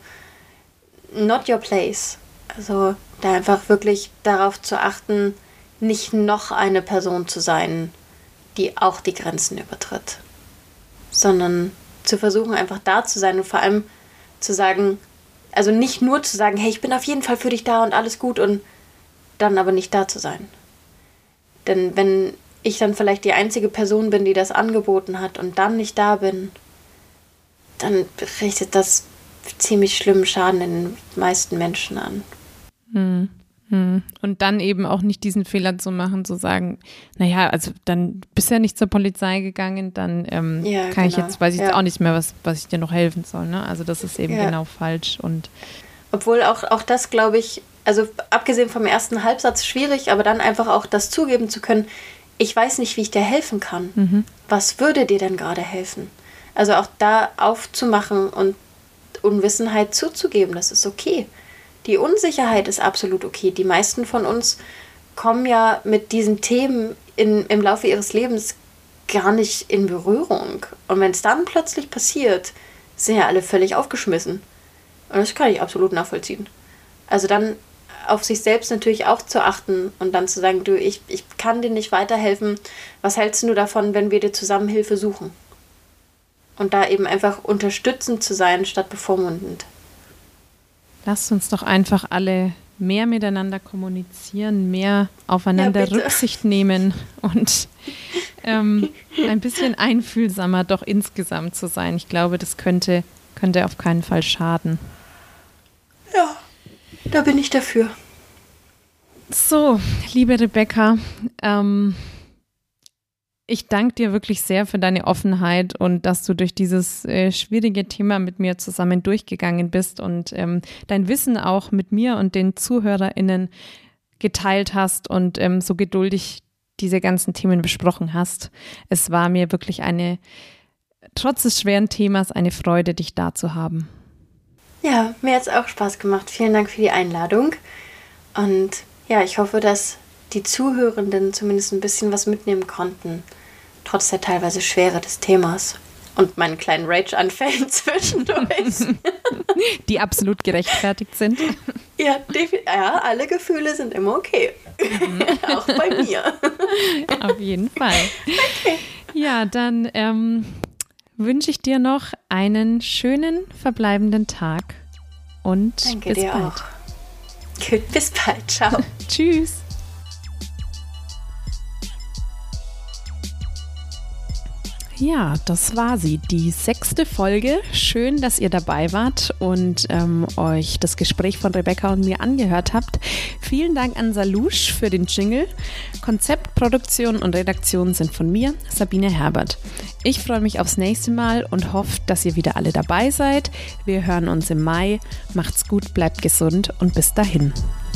S2: not your place. Also da einfach wirklich darauf zu achten, nicht noch eine Person zu sein, die auch die Grenzen übertritt, sondern zu versuchen, einfach da zu sein und vor allem zu sagen, also nicht nur zu sagen, hey, ich bin auf jeden Fall für dich da und alles gut und dann aber nicht da zu sein. Denn wenn ich dann vielleicht die einzige Person bin, die das angeboten hat und dann nicht da bin, dann richtet das ziemlich schlimmen Schaden in den meisten Menschen an.
S1: Hm. Hm. Und dann eben auch nicht diesen Fehler zu machen, zu sagen, naja, also dann bist du ja nicht zur Polizei gegangen, dann ähm,
S2: ja,
S1: kann
S2: genau.
S1: ich jetzt, weiß ich
S2: ja.
S1: jetzt auch nicht mehr, was, was ich dir noch helfen soll. Ne? Also das ist eben
S2: ja.
S1: genau falsch. Und
S2: obwohl auch, auch das, glaube ich, also abgesehen vom ersten Halbsatz schwierig, aber dann einfach auch das zugeben zu können, ich weiß nicht, wie ich dir helfen kann.
S1: Mhm.
S2: Was würde dir denn gerade helfen? Also auch da aufzumachen und Unwissenheit zuzugeben, das ist okay. Die Unsicherheit ist absolut okay. Die meisten von uns kommen ja mit diesen Themen in, im Laufe ihres Lebens gar nicht in Berührung. Und wenn es dann plötzlich passiert, sind ja alle völlig aufgeschmissen. Und das kann ich absolut nachvollziehen. Also dann auf sich selbst natürlich auch zu achten und dann zu sagen, du, ich, ich kann dir nicht weiterhelfen. Was hältst du davon, wenn wir dir zusammen Hilfe suchen? Und da eben einfach unterstützend zu sein, statt bevormundend.
S1: Lasst uns doch einfach alle mehr miteinander kommunizieren, mehr aufeinander
S2: ja,
S1: Rücksicht nehmen und ähm, ein bisschen einfühlsamer doch insgesamt zu sein. Ich glaube, das könnte, könnte auf keinen Fall schaden.
S2: Ja, da bin ich dafür.
S1: So, liebe Rebecca, ähm, Ich danke dir wirklich sehr für deine Offenheit und dass du durch dieses äh, schwierige Thema mit mir zusammen durchgegangen bist und ähm, dein Wissen auch mit mir und den ZuhörerInnen geteilt hast und ähm, so geduldig diese ganzen Themen besprochen hast. Es war mir wirklich eine, trotz des schweren Themas, eine Freude, dich da zu haben.
S2: Ja, mir hat es auch Spaß gemacht. Vielen Dank für die Einladung. Und ja, ich hoffe, dass die Zuhörenden zumindest ein bisschen was mitnehmen konnten, trotz der teilweise Schwere des Themas und meinen kleinen Rage-Anfällen zwischendurch.
S1: Die absolut gerechtfertigt sind.
S2: Ja, defi- ja, alle Gefühle sind immer okay. Mhm. Auch bei mir.
S1: Auf jeden Fall.
S2: Okay.
S1: Ja, dann ähm, wünsche ich dir noch einen schönen verbleibenden Tag und
S2: Danke
S1: bis
S2: dir
S1: bald.
S2: auch. Gut, bis bald. Ciao.
S1: Tschüss. Ja, das war sie, die sechste Folge. Schön, dass ihr dabei wart und ähm, euch das Gespräch von Rebecca und mir angehört habt. Vielen Dank an Salusch für den Jingle. Konzept, Produktion und Redaktion sind von mir, Sabine Herbert. Ich freue mich aufs nächste Mal und hoffe, dass ihr wieder alle dabei seid. Wir hören uns im Mai. Macht's gut, bleibt gesund und bis dahin.